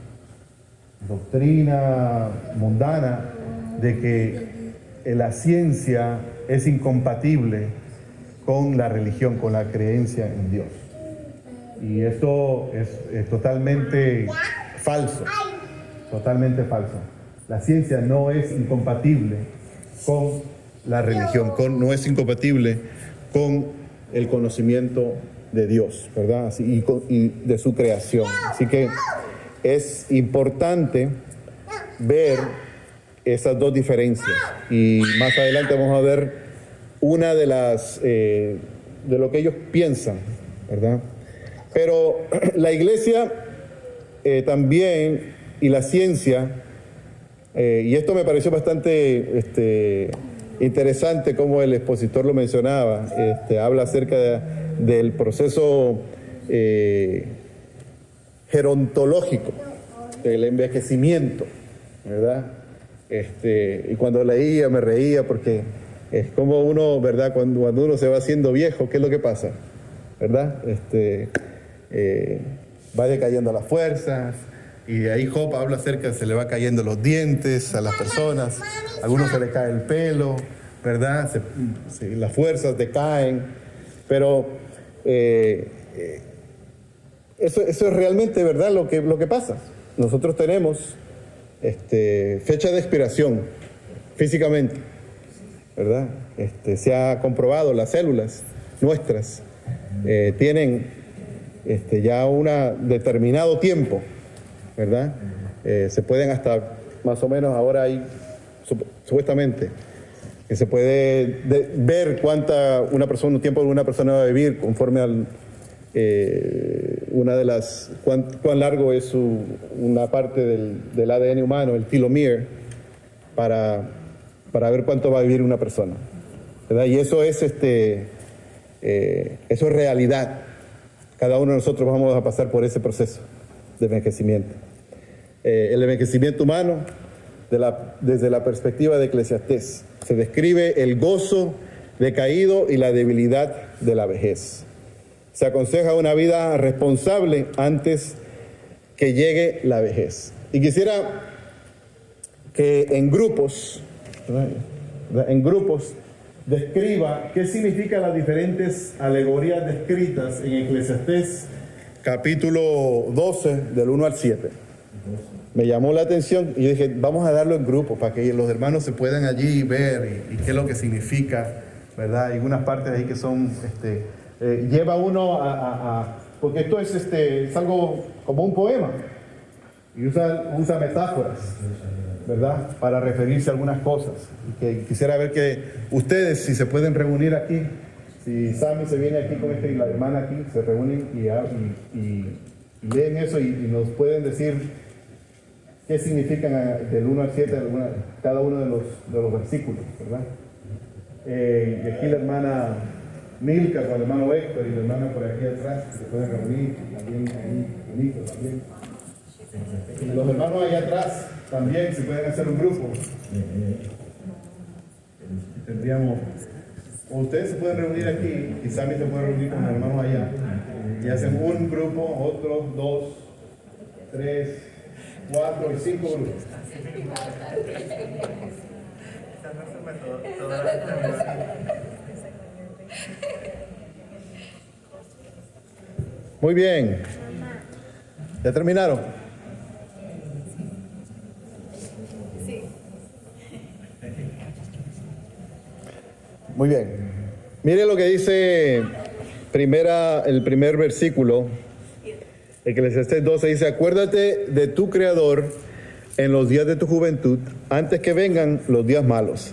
doctrina mundana de que la ciencia es incompatible con la religión, con la creencia en Dios. Y esto es totalmente falso, totalmente falso. La ciencia no es incompatible con la religión, no es incompatible con el conocimiento de Dios, ¿verdad? Y de su creación. Así que es importante ver esas dos diferencias. Y más adelante vamos a ver una de las de lo que ellos piensan, ¿verdad? Pero la iglesia también y la ciencia, y esto me pareció bastante interesante como el expositor lo mencionaba, habla acerca del proceso gerontológico, del envejecimiento, ¿verdad? Y cuando leía me reía porque es como uno, ¿verdad? Cuando uno se va haciendo viejo, ¿qué es lo que pasa? ¿Verdad? Va decayendo las fuerzas, y de ahí Job habla acerca de se le va cayendo los dientes a las personas, a algunos se le cae el pelo, ¿verdad? Las fuerzas decaen, pero eso es realmente, ¿verdad? Lo que pasa. Nosotros tenemos fecha de expiración físicamente, ¿verdad? Se ha comprobado, las células nuestras tienen ya un determinado tiempo, ¿verdad? Se pueden hasta, más o menos, ahora hay, supuestamente, que se puede ver un tiempo una persona va a vivir conforme al cuán largo es una parte del ADN humano, el telomere, para ver cuánto va a vivir una persona, ¿verdad? Y eso es realidad. Cada uno de nosotros vamos a pasar por ese proceso de envejecimiento. El envejecimiento humano, desde la perspectiva de Eclesiastés, se describe el gozo decaído y la debilidad de la vejez. Se aconseja una vida responsable antes que llegue la vejez. Y quisiera que en grupos describa qué significan las diferentes alegorías descritas en Eclesiastés capítulo 12 del 1 al 7. Me llamó la atención y yo dije, vamos a darlo en grupo para que los hermanos se puedan allí ver y qué es lo que significa, ¿verdad? Hay algunas partes ahí que son, lleva uno porque esto es algo como un poema y usa metáforas, ¿verdad? Para referirse a algunas cosas. Y que quisiera ver que ustedes, si se pueden reunir aquí, si Sammy se viene aquí con y la hermana aquí, se reúnen y leen eso y nos pueden decir qué significan del 1 al 7 cada uno de los versículos, ¿verdad? Y aquí la hermana Milka con el hermano Héctor y la hermana por aquí atrás se pueden reunir, también ahí, Benito también. Y los hermanos allá atrás también se pueden hacer un grupo. Tendríamos, o ustedes se pueden reunir aquí y Sammy se puede reunir con los hermanos allá. Y hacen un grupo, otros 2, 3, 4 y 5 grupos. Muy bien. ¿Ya terminaron? Sí. Muy bien. Mire lo que dice el primer versículo. Eclesiastés 12 dice: acuérdate de tu Creador en los días de tu juventud, antes que vengan los días malos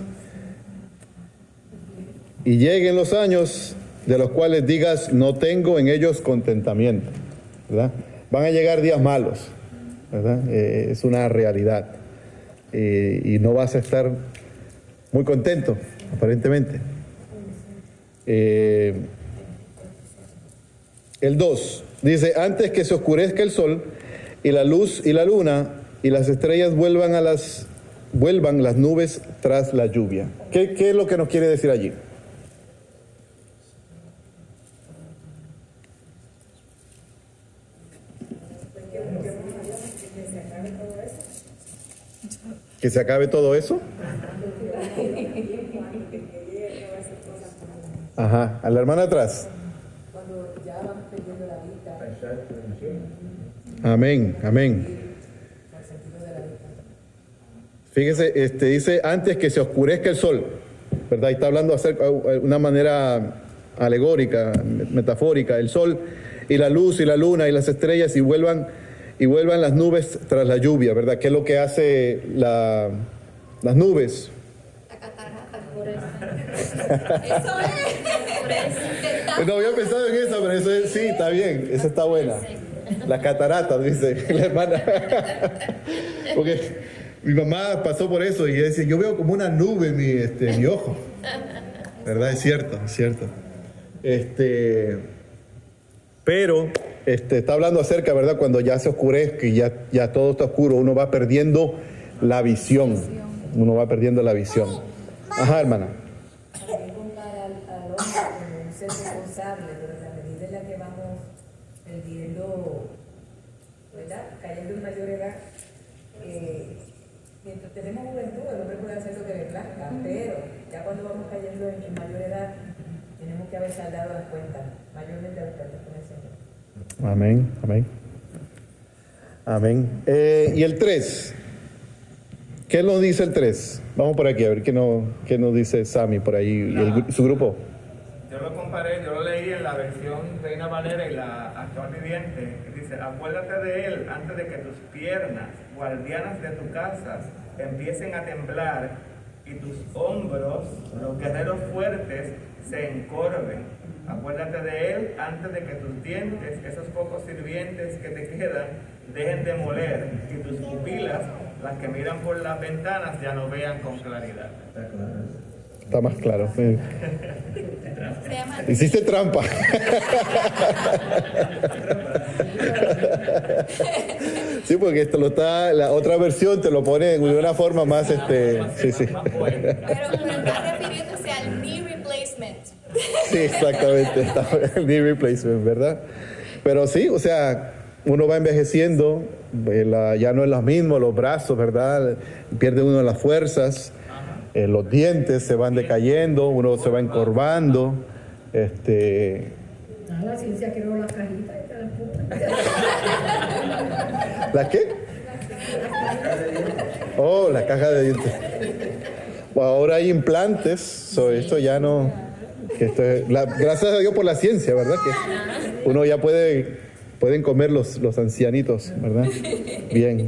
y lleguen los años de los cuales digas, no tengo en ellos contentamiento, ¿verdad? Van a llegar días malos, ¿verdad? Es una realidad. Y no vas a estar muy contento, aparentemente. El 2 dice: antes que se oscurezca el sol y la luz y la luna y las estrellas vuelvan las nubes tras la lluvia. ¿Qué es lo que nos quiere decir allí? que se acabe todo eso. Ajá, a la hermana atrás. Cuando ya vamos perdiendo la vista, Amén, amén. por el sentido de la vista. Fíjese, dice antes que se oscurezca el sol, ¿verdad? Y está hablando acerca de una manera alegórica, metafórica, el sol y la luz y la luna y las estrellas y vuelvan las nubes tras la lluvia, ¿verdad? ¿Qué es lo que hace las nubes? La catarata. Por eso. Eso es. No había pensado en eso, pero eso sí, está bien, esa está buena. Las cataratas, dice la hermana. Porque mi mamá pasó por eso y ella decía, yo veo como una nube en mi ojo. ¿Verdad? Es cierto, es cierto. Pero está hablando acerca, ¿verdad? Cuando ya se oscurezca y ya todo está oscuro, uno va perdiendo la visión. Uno va perdiendo la visión. Ajá, hermana. También compara al hombre como un ser responsable, pero en la medida en la que vamos perdiendo, ¿verdad? Cayendo en mayor edad, mientras tenemos juventud, el hombre puede hacer lo que le plazca, pero ya cuando vamos cayendo en mayor edad, tenemos que haber saldado las cuentas, mayormente las cuentas con el Señor. Amén, amén. Amén. Y el 3. ¿Qué nos dice el 3? Vamos por aquí a ver qué nos dice Sammy por ahí y su grupo. Yo lo comparé, yo lo leí en la versión Reina Valera y la actual viviente. Dice, acuérdate de él antes de que tus piernas, guardianas de tu casa, empiecen a temblar y tus hombros, los guerreros fuertes, se encorven. Acuérdate de él antes de que tus dientes, esos pocos sirvientes que te quedan, dejen de moler y tus pupilas, las que miran por las ventanas, ya no vean con claridad. Está más claro. Sí. Se llama Hiciste trampa. Sí, porque la otra versión te lo pone de una forma más, sí. pero está refiriéndose al knee replacement. Sí, exactamente. Está el knee replacement, ¿verdad? Pero sí, o sea, uno va envejeciendo, ya no es lo mismo, los brazos, ¿verdad? Pierde uno las fuerzas, los dientes se van decayendo, uno se va encorvando, La ciencia creó la cajita y te la puso. ¿La qué? Oh, la caja de dientes. Bueno, ahora hay implantes, esto ya no... gracias a Dios por la ciencia, ¿verdad? Que uno ya pueden comer los ancianitos, ¿verdad? Bien.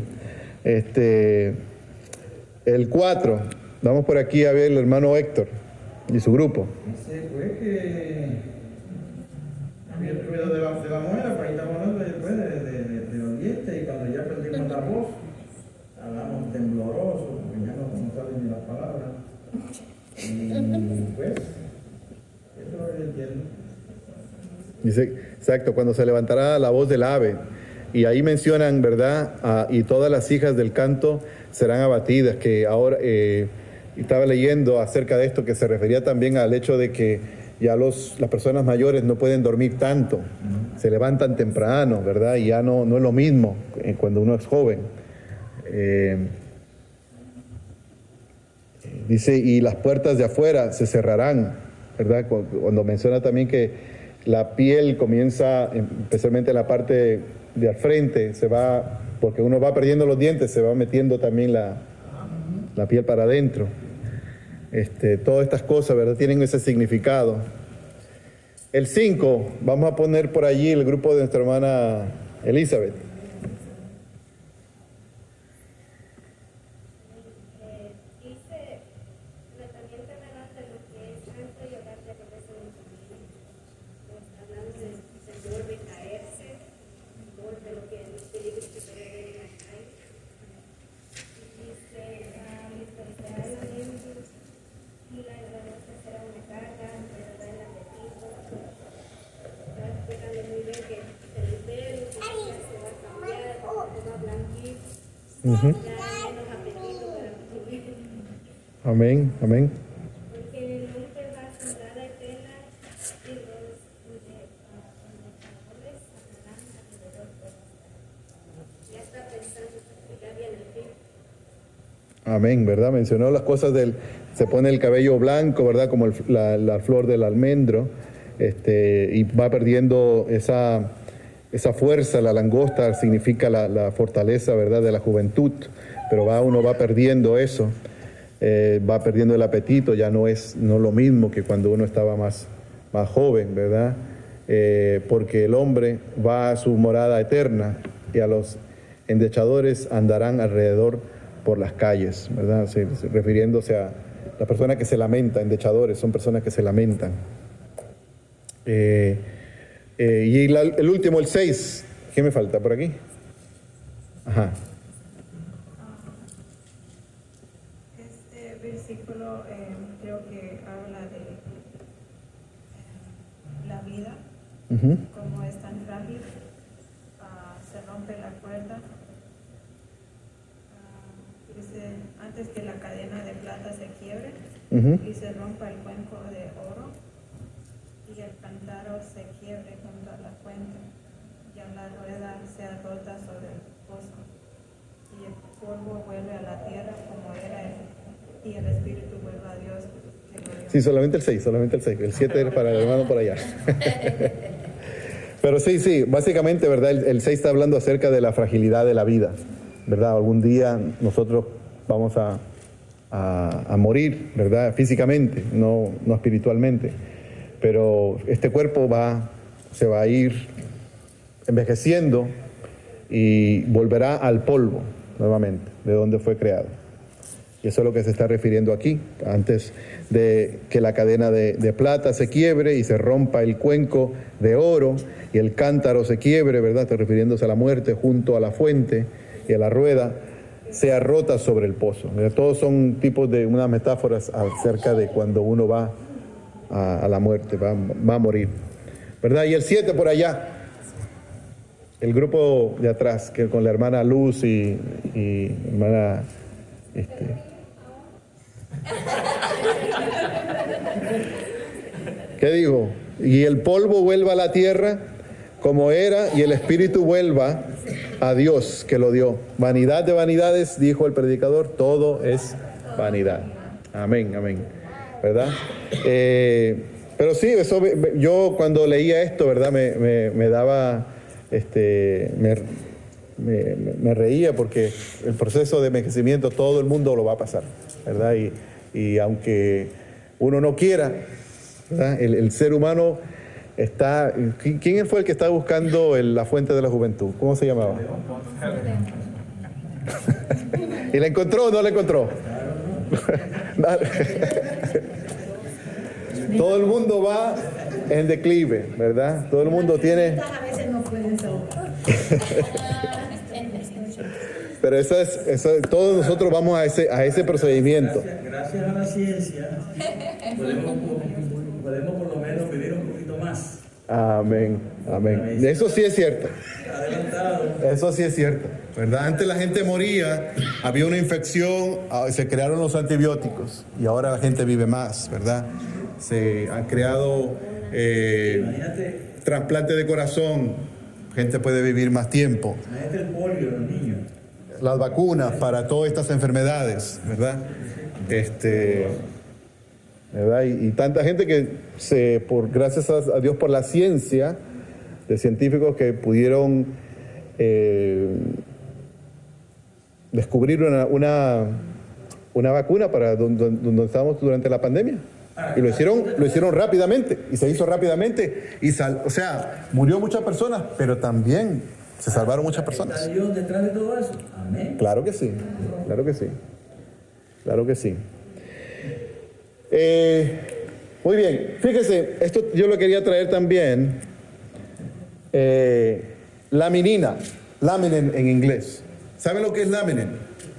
El 4, vamos por aquí a ver el hermano Héctor y su grupo. Dice, pues que había el ruido de la muela, pues ahí estamos hablando después de los dientes, y cuando ya perdimos la voz, hablamos tembloroso, porque ya no salen ni las palabras. Y pues, eso lo entiendo. Dice, exacto, cuando se levantará la voz del ave. Y ahí mencionan, ¿verdad? Y todas las hijas del canto serán abatidas, que ahora estaba leyendo acerca de esto, que se refería también al hecho de que ya las personas mayores no pueden dormir tanto, se levantan temprano, ¿verdad? Y ya no es lo mismo cuando uno es joven. Dice, y las puertas de afuera se cerrarán, ¿verdad? Cuando menciona también que la piel comienza, especialmente en la parte de al frente, porque uno va perdiendo los dientes, se va metiendo también la piel para adentro. Todas estas cosas, ¿verdad? Tienen ese significado. El 5, vamos a poner por allí el grupo de nuestra hermana Elizabeth. Dice, pero también temerás de lo que es santo y hogar de regreso de tu vida. Pues hablando del Señor de caerse, por de lo que los peligros que puede haber en la calle. Dice, dispersará la mente y la ignorancia será una carga, pero da el apetito. Está explicando muy bien que el pelo que ya se va a cambiar, se va a blanquear. Ya hay menos apetito para vivir. Amén, amén. Porque el hombre va a sembrar la eterna y los indicadores andarán alrededor de esta. Ya está pensando que ya viene el fin. Amén, ¿verdad? Mencionó las cosas se pone el cabello blanco, ¿verdad? Como la flor del almendro, y va perdiendo esa fuerza. La langosta significa la fortaleza, ¿verdad? De la juventud, pero uno va perdiendo eso, va perdiendo el apetito, ya no es lo mismo que cuando uno estaba más joven, ¿verdad? Porque el hombre va a su morada eterna y a los endechadores andarán alrededor por las calles, ¿verdad? Refiriéndose a la persona que se lamenta. Endechadores son personas que se lamentan. Y el último, el 6, ¿qué me falta por aquí? Ajá. Este versículo creo que habla de la vida, como es tan frágil, se rompe la cuerda. Dice, antes que la cadena de plata se quiebre y se rompa el cuenco de oro y el cántaro se quiebre junto a la fuente, ya la rueda sea rota sobre el pozo y el polvo vuelve a la tierra como era y el espíritu vuelve a Dios que lo dio. Sí, solamente el 6. El 7 es para el hermano por allá. Pero sí, básicamente, ¿verdad? El 6 está hablando acerca de la fragilidad de la vida, ¿verdad? Algún día nosotros vamos a morir, ¿verdad? Físicamente, no espiritualmente. Pero este cuerpo se va a ir envejeciendo y volverá al polvo nuevamente, de donde fue creado. Y eso es lo que se está refiriendo aquí, antes de que la cadena de plata se quiebre y se rompa el cuenco de oro y el cántaro se quiebre, ¿verdad? Está refiriéndose a la muerte junto a la fuente y a la rueda, sea rota sobre el pozo. Todos son tipos de unas metáforas acerca de cuando uno va a la muerte, va a morir, ¿verdad? Y el 7 por allá, el grupo de atrás, que con la hermana Luz y hermana... ¿Qué digo? Y el polvo vuelva a la tierra como era y el espíritu vuelva a Dios que lo dio. Vanidad de vanidades, dijo el predicador, todo es vanidad. Amén, ¿verdad? Pero sí, eso, yo cuando leía esto, ¿verdad? Me daba, me reía porque el proceso de envejecimiento todo el mundo lo va a pasar, ¿verdad? Y aunque uno no quiera, ¿verdad? El ser humano está... ¿Quién fue el que estaba buscando la fuente de la juventud? ¿Cómo se llamaba? ¿Y la encontró o no la encontró? Todo el mundo va en declive, ¿verdad? Todo el mundo tiene... A veces no pueden salvar. Pero eso todos nosotros vamos a ese procedimiento. Gracias a la ciencia podemos por lo menos vivir un poquito más. Amén. Eso sí es cierto. Adelantado. Eso sí es cierto, ¿verdad? Antes la gente moría, había una infección, se crearon los antibióticos y ahora la gente vive más, ¿verdad? Se han creado trasplantes de corazón, gente puede vivir más tiempo. Imagínate el polio, los niños. Las vacunas para todas estas enfermedades, ¿verdad? ¿Verdad? Y tanta gente que gracias a Dios por la ciencia de científicos que pudieron descubrir una vacuna para donde estábamos durante la pandemia. Y lo hicieron rápidamente, y se hizo rápidamente, o sea, murió muchas personas, pero también se salvaron muchas personas. ¿Está Dios detrás de todo eso? Amén. Claro que sí. Muy bien, fíjese, esto yo lo quería traer también. Laminina, laminin en inglés. ¿Saben lo que es laminin?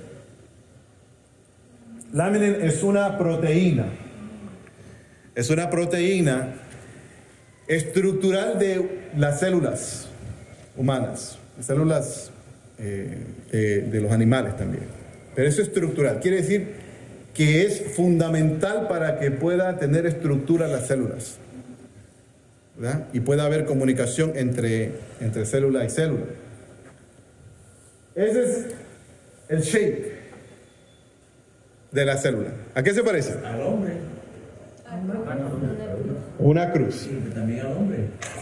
Laminin es una proteína. Es una proteína estructural de las células humanas, células de los animales también. Pero eso es estructural, quiere decir que es fundamental para que pueda tener estructura las células, ¿verdad? Y pueda haber comunicación entre célula y célula. Ese es el shake. de la célula? ¿A qué se parece? Al hombre. Una cruz. Sí, pero también al hombre.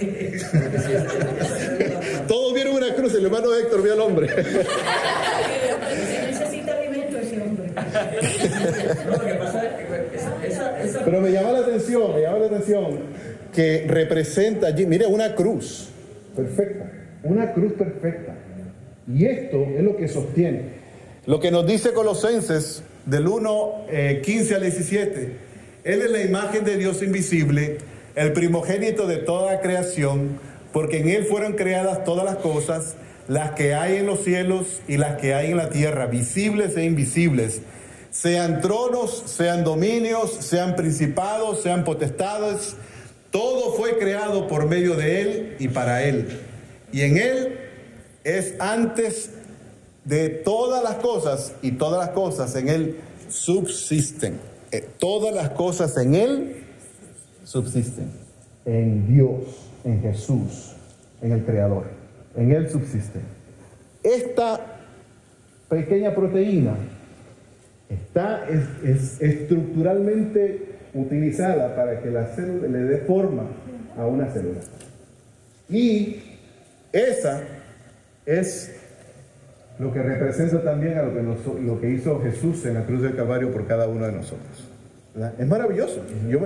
Todos vieron una cruz, el hermano Héctor vio al hombre. Necesita alimento ese hombre. No, lo que pasa es que Pero me llama la atención que representa allí, mire, una cruz perfecta, una cruz perfecta. Y esto es lo que sostiene. Lo que nos dice Colosenses del 1:15 al 17. Él es la imagen de Dios invisible, el primogénito de toda creación, porque en Él fueron creadas todas las cosas, las que hay en los cielos y las que hay en la tierra, visibles e invisibles, sean tronos, sean dominios, sean principados, sean potestades, todo fue creado por medio de Él y para Él. Y en Él es antes de todas las cosas, y todas las cosas en Él subsisten. Todas las cosas en Él subsisten. En Dios, en Jesús, en el Creador. En Él subsisten. Esta pequeña proteína está estructuralmente utilizada para que la célula le dé forma a una célula. Y esa es lo que representa también a lo que hizo Jesús en la cruz del Calvario por cada uno de nosotros. ¿Verdad? Es maravilloso.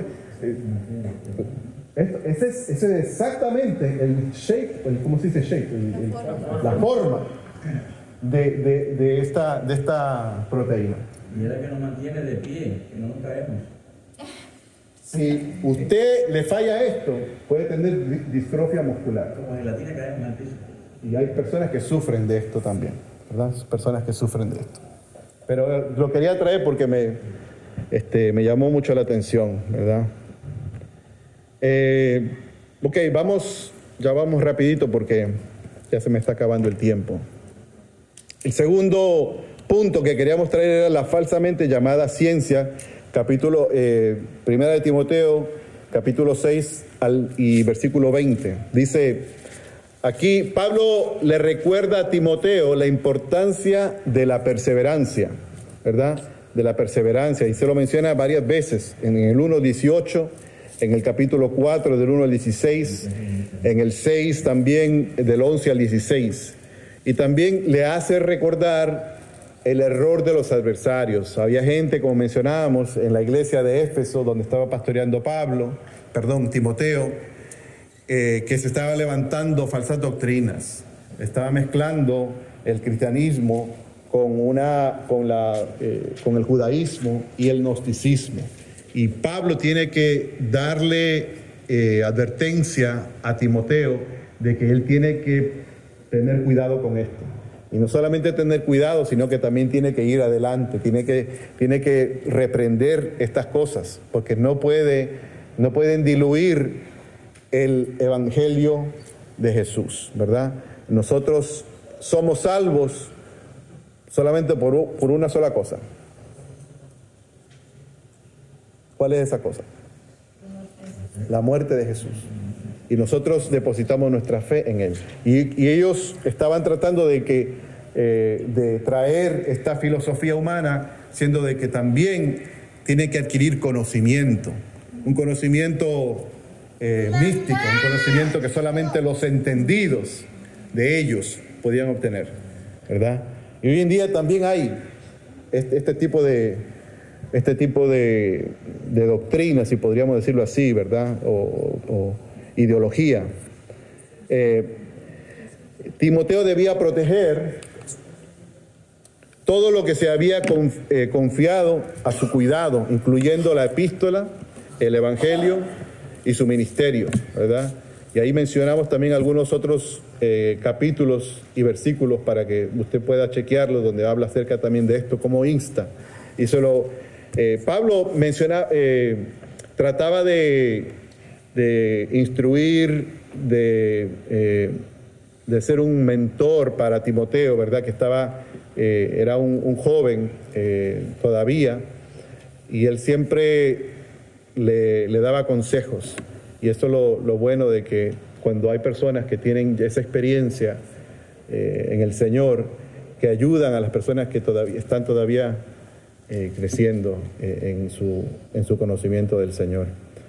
Ese es exactamente el shape, ¿cómo se dice shape? La forma de esta proteína. Y es la que nos mantiene de pie, que no nos caemos. Si usted le falla esto, puede tener distrofia muscular. Como gelatina caemos al piso. Y hay personas que sufren de esto también, ¿verdad? Personas que sufren de esto. Pero lo quería traer porque me llamó mucho la atención, ¿verdad? Ok, ya vamos rapidito porque ya se me está acabando el tiempo. El segundo punto que queríamos traer era la falsamente llamada ciencia, capítulo 1 de Timoteo, capítulo 6 y versículo 20. Dice, aquí Pablo le recuerda a Timoteo la importancia de la perseverancia, ¿verdad? De la perseverancia, y se lo menciona varias veces, en el 1:18, en el capítulo 4 del 1 al 16, en el 6 también del 11 al 16. Y también le hace recordar el error de los adversarios. Había gente, como mencionábamos, en la iglesia de Éfeso, donde estaba pastoreando Timoteo, que se estaba levantando falsas doctrinas. Estaba mezclando el cristianismo con el judaísmo y el gnosticismo. Y Pablo tiene que darle advertencia a Timoteo de que él tiene que tener cuidado con esto. Y no solamente tener cuidado, sino que también tiene que ir adelante, tiene que reprender estas cosas, porque no pueden diluir el evangelio de Jesús, ¿verdad? Nosotros somos salvos solamente por una sola cosa. ¿Cuál es esa cosa? La muerte de Jesús. Y nosotros depositamos nuestra fe en Él. Y ellos estaban tratando de traer esta filosofía humana, siendo de que también tiene que adquirir conocimiento. Un conocimiento místico, un conocimiento que solamente los entendidos de ellos podían obtener, ¿verdad? Y hoy en día también hay este tipo de doctrinas, si podríamos decirlo así, ¿verdad? O ideología. Timoteo debía proteger todo lo que se había confiado a su cuidado, incluyendo la epístola, el evangelio y su ministerio, ¿verdad? Y ahí mencionamos también algunos otros capítulos y versículos para que usted pueda chequearlos, donde habla acerca también de esto, como insta. Y Pablo trataba de instruir, de ser un mentor para Timoteo, ¿verdad? Que era un joven todavía, y él siempre le daba consejos. Y esto es lo bueno de que cuando hay personas que tienen esa experiencia en el Señor, que ayudan a las personas que están todavía creciendo en su conocimiento del Señor.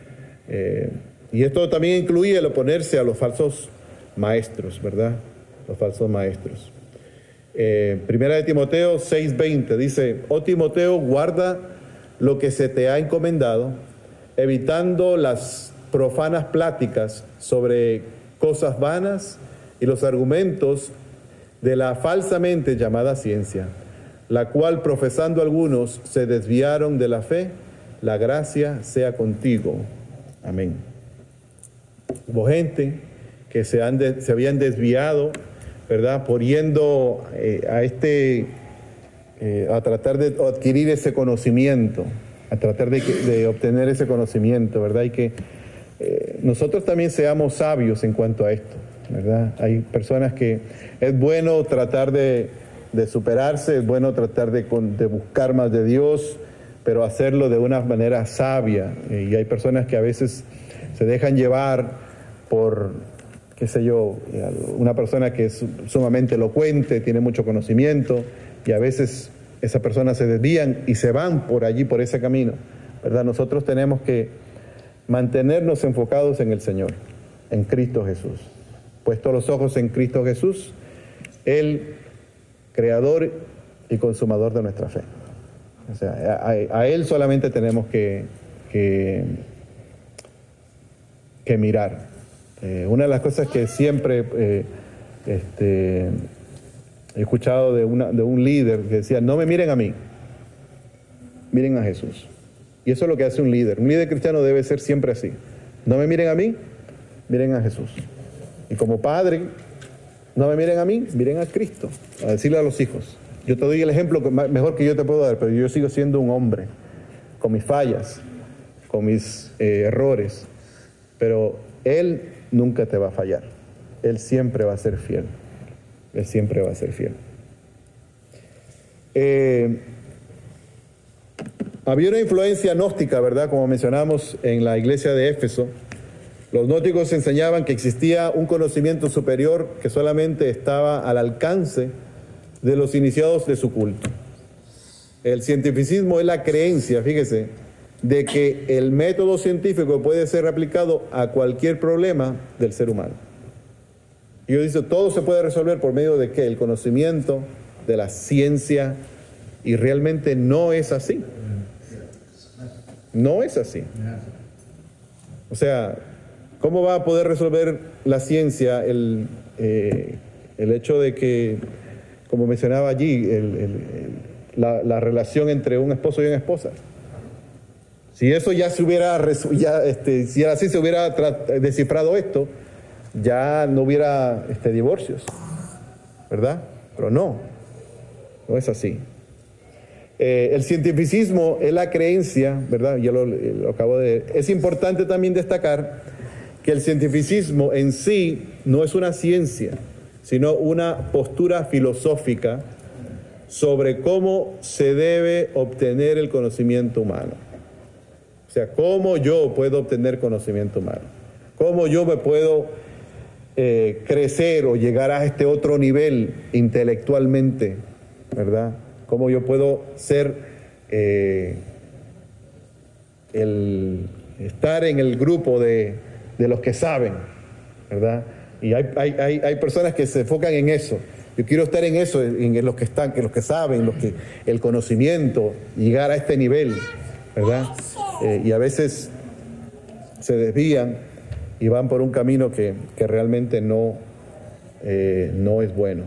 Y esto también incluye el oponerse a los falsos maestros, ¿verdad? Los falsos maestros. Primera de Timoteo 6:20 dice: oh Timoteo, guarda lo que se te ha encomendado, evitando las profanas pláticas sobre cosas vanas y los argumentos de la falsamente llamada ciencia, la cual profesando algunos se desviaron de la fe. La gracia sea contigo. Amén. Hubo gente que se habían desviado, ¿verdad? Por yendo a tratar de adquirir ese conocimiento, a tratar de obtener ese conocimiento, ¿verdad? Y que nosotros también seamos sabios en cuanto a esto, ¿verdad? Hay personas que es bueno tratar de superarse, es bueno tratar de buscar más de Dios, pero hacerlo de una manera sabia. Y hay personas que a veces se dejan llevar por, qué sé yo, una persona que es sumamente elocuente, tiene mucho conocimiento, y a veces esas personas se desvían y se van por allí, por ese camino, ¿verdad? Nosotros tenemos que mantenernos enfocados en el Señor, en Cristo Jesús. Puestos los ojos en Cristo Jesús, el creador y consumador de nuestra fe. O sea, a Él solamente tenemos que mirar. Una de las cosas que siempre he escuchado de un líder que decía: no me miren a mí, miren a Jesús. Y eso es lo que hace un líder. Un líder cristiano debe ser siempre así. No me miren a mí, miren a Jesús. Y como padre, no me miren a mí, miren a Cristo. A decirle a los hijos: yo te doy el ejemplo mejor que yo te puedo dar, pero yo sigo siendo un hombre, con mis fallas, con mis errores. Pero Él nunca te va a fallar. Él siempre va a ser fiel. Él siempre va a ser fiel. Había una influencia gnóstica, ¿verdad? Como mencionamos en la iglesia de Éfeso. Los gnósticos enseñaban que existía un conocimiento superior que solamente estaba al alcance de los iniciados de su culto. El cientificismo es la creencia, fíjese, de que el método científico puede ser aplicado a cualquier problema del ser humano. Y yo digo, todo se puede resolver por medio de ¿qué? El conocimiento, de la ciencia, y realmente no es así. No es así. O sea, ¿cómo va a poder resolver la ciencia el hecho de que, como mencionaba allí, la relación entre un esposo y una esposa? Si eso ya se hubiera, si así se hubiera descifrado esto, ya no hubiera divorcios, ¿verdad? Pero no es así. El cientificismo es la creencia, ¿verdad? Yo lo acabo de... Es importante también destacar que el cientificismo en sí no es una ciencia, sino una postura filosófica sobre cómo se debe obtener el conocimiento humano. O sea, cómo yo puedo obtener conocimiento humano, cómo yo me puedo crecer o llegar a este otro nivel intelectualmente, ¿verdad? Cómo yo puedo ser, estar en el grupo de los que saben, ¿verdad? Y hay personas que se enfocan en eso. Yo quiero estar en eso, en los que están, que los que saben, el conocimiento, llegar a este nivel, ¿verdad? Y a veces se desvían y van por un camino que realmente no es bueno.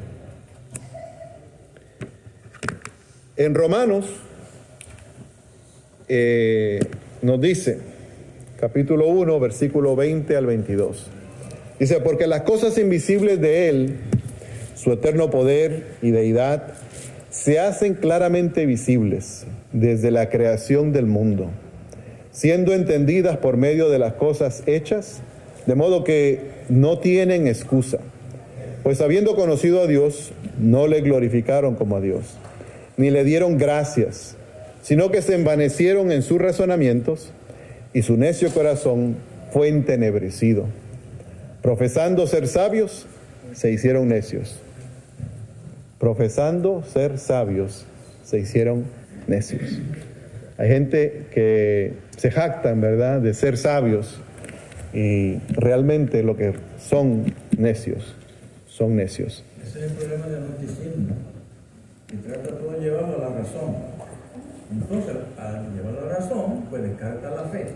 En Romanos nos dice, capítulo 1, versículo 20 al 22. Dice, porque las cosas invisibles de Él, su eterno poder y deidad, se hacen claramente visibles desde la creación del mundo, siendo entendidas por medio de las cosas hechas, de modo que no tienen excusa. Pues habiendo conocido a Dios, no le glorificaron como a Dios, ni le dieron gracias, sino que se envanecieron en sus razonamientos, y su necio corazón fue entenebrecido. Profesando ser sabios, se hicieron necios. Profesando ser sabios, se hicieron necios. Hay gente que se jactan, ¿verdad?, de ser sabios y realmente lo que son necios, son necios. Ese es el problema del gnosticismo, que trata todo de llevarlo a la razón. Entonces, al llevar a la razón, pues descarta la fe.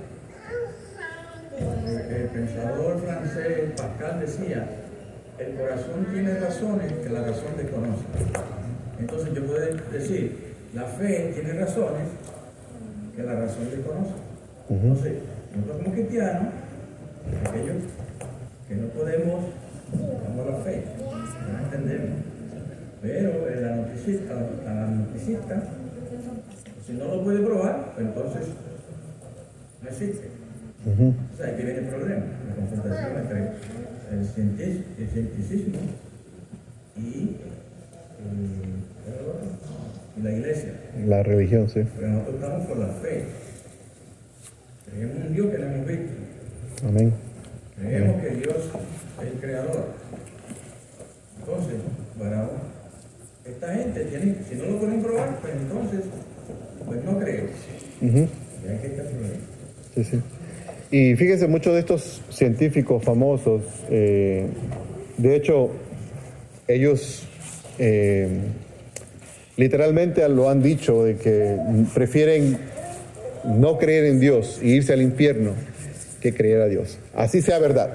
El pensador francés Pascal decía, el corazón tiene razones que la razón desconoce. Entonces yo puedo decir, la fe tiene razones que la razón desconoce. Entonces, nosotros como cristianos, aquellos que no podemos, damos la fe, no entendemos. Pero el agnosticista, si no lo puede probar, pues entonces no existe. O sea, aquí viene el problema, la confrontación entre el cienticismo y la iglesia. La religión, sí. Pero nosotros estamos por la fe. Creemos en un Dios que no hemos visto. Amén. Creemos que Dios es el creador. Entonces, bueno, esta gente tiene, si no lo pueden probar, pues entonces, pues no creo. Y hay que estar problema. Sí, sí. Y fíjense, muchos de estos científicos famosos, de hecho, ellos literalmente lo han dicho, de que prefieren no creer en Dios e irse al infierno que creer a Dios. Así sea verdad.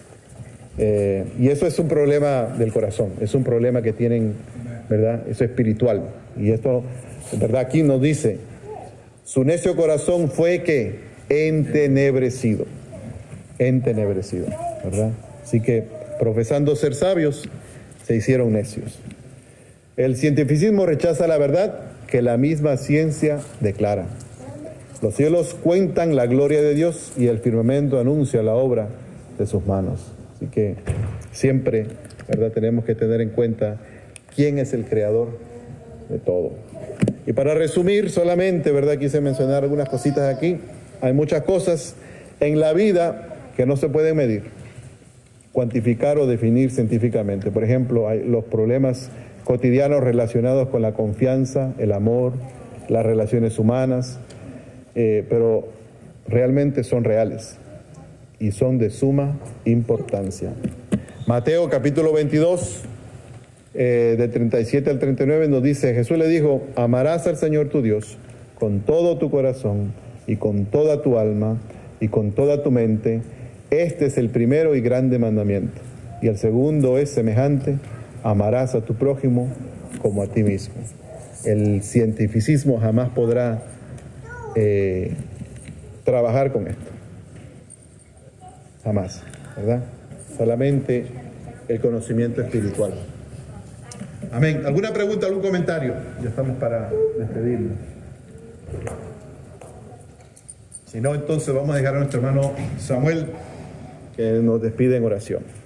Y eso es un problema del corazón, es un problema que tienen, ¿verdad? Eso es espiritual. Y esto, en verdad, aquí nos dice, su necio corazón fue que entenebrecido, ¿verdad? Así que, profesando ser sabios, se hicieron necios. El cientificismo rechaza la verdad que la misma ciencia declara. Los cielos cuentan la gloria de Dios y el firmamento anuncia la obra de sus manos. Así que siempre, ¿verdad?, tenemos que tener en cuenta quién es el creador de todo. Y para resumir solamente, ¿verdad?, quise mencionar algunas cositas aquí. Hay muchas cosas en la vida que no se pueden medir, cuantificar o definir científicamente. Por ejemplo, hay los problemas cotidianos relacionados con la confianza, el amor, las relaciones humanas, pero realmente son reales y son de suma importancia. Mateo capítulo 22, de 37 al 39 nos dice, Jesús le dijo, amarás al Señor tu Dios con todo tu corazón y con toda tu alma y con toda tu mente. Este es el primero y grande mandamiento. Y el segundo es semejante, amarás a tu prójimo como a ti mismo. El cientificismo jamás podrá trabajar con esto. Jamás, ¿verdad? Solamente el conocimiento espiritual. Amén. ¿Alguna pregunta, algún comentario? Ya estamos para despedirnos. Si no, entonces vamos a dejar a nuestro hermano Samuel que nos despide en oración.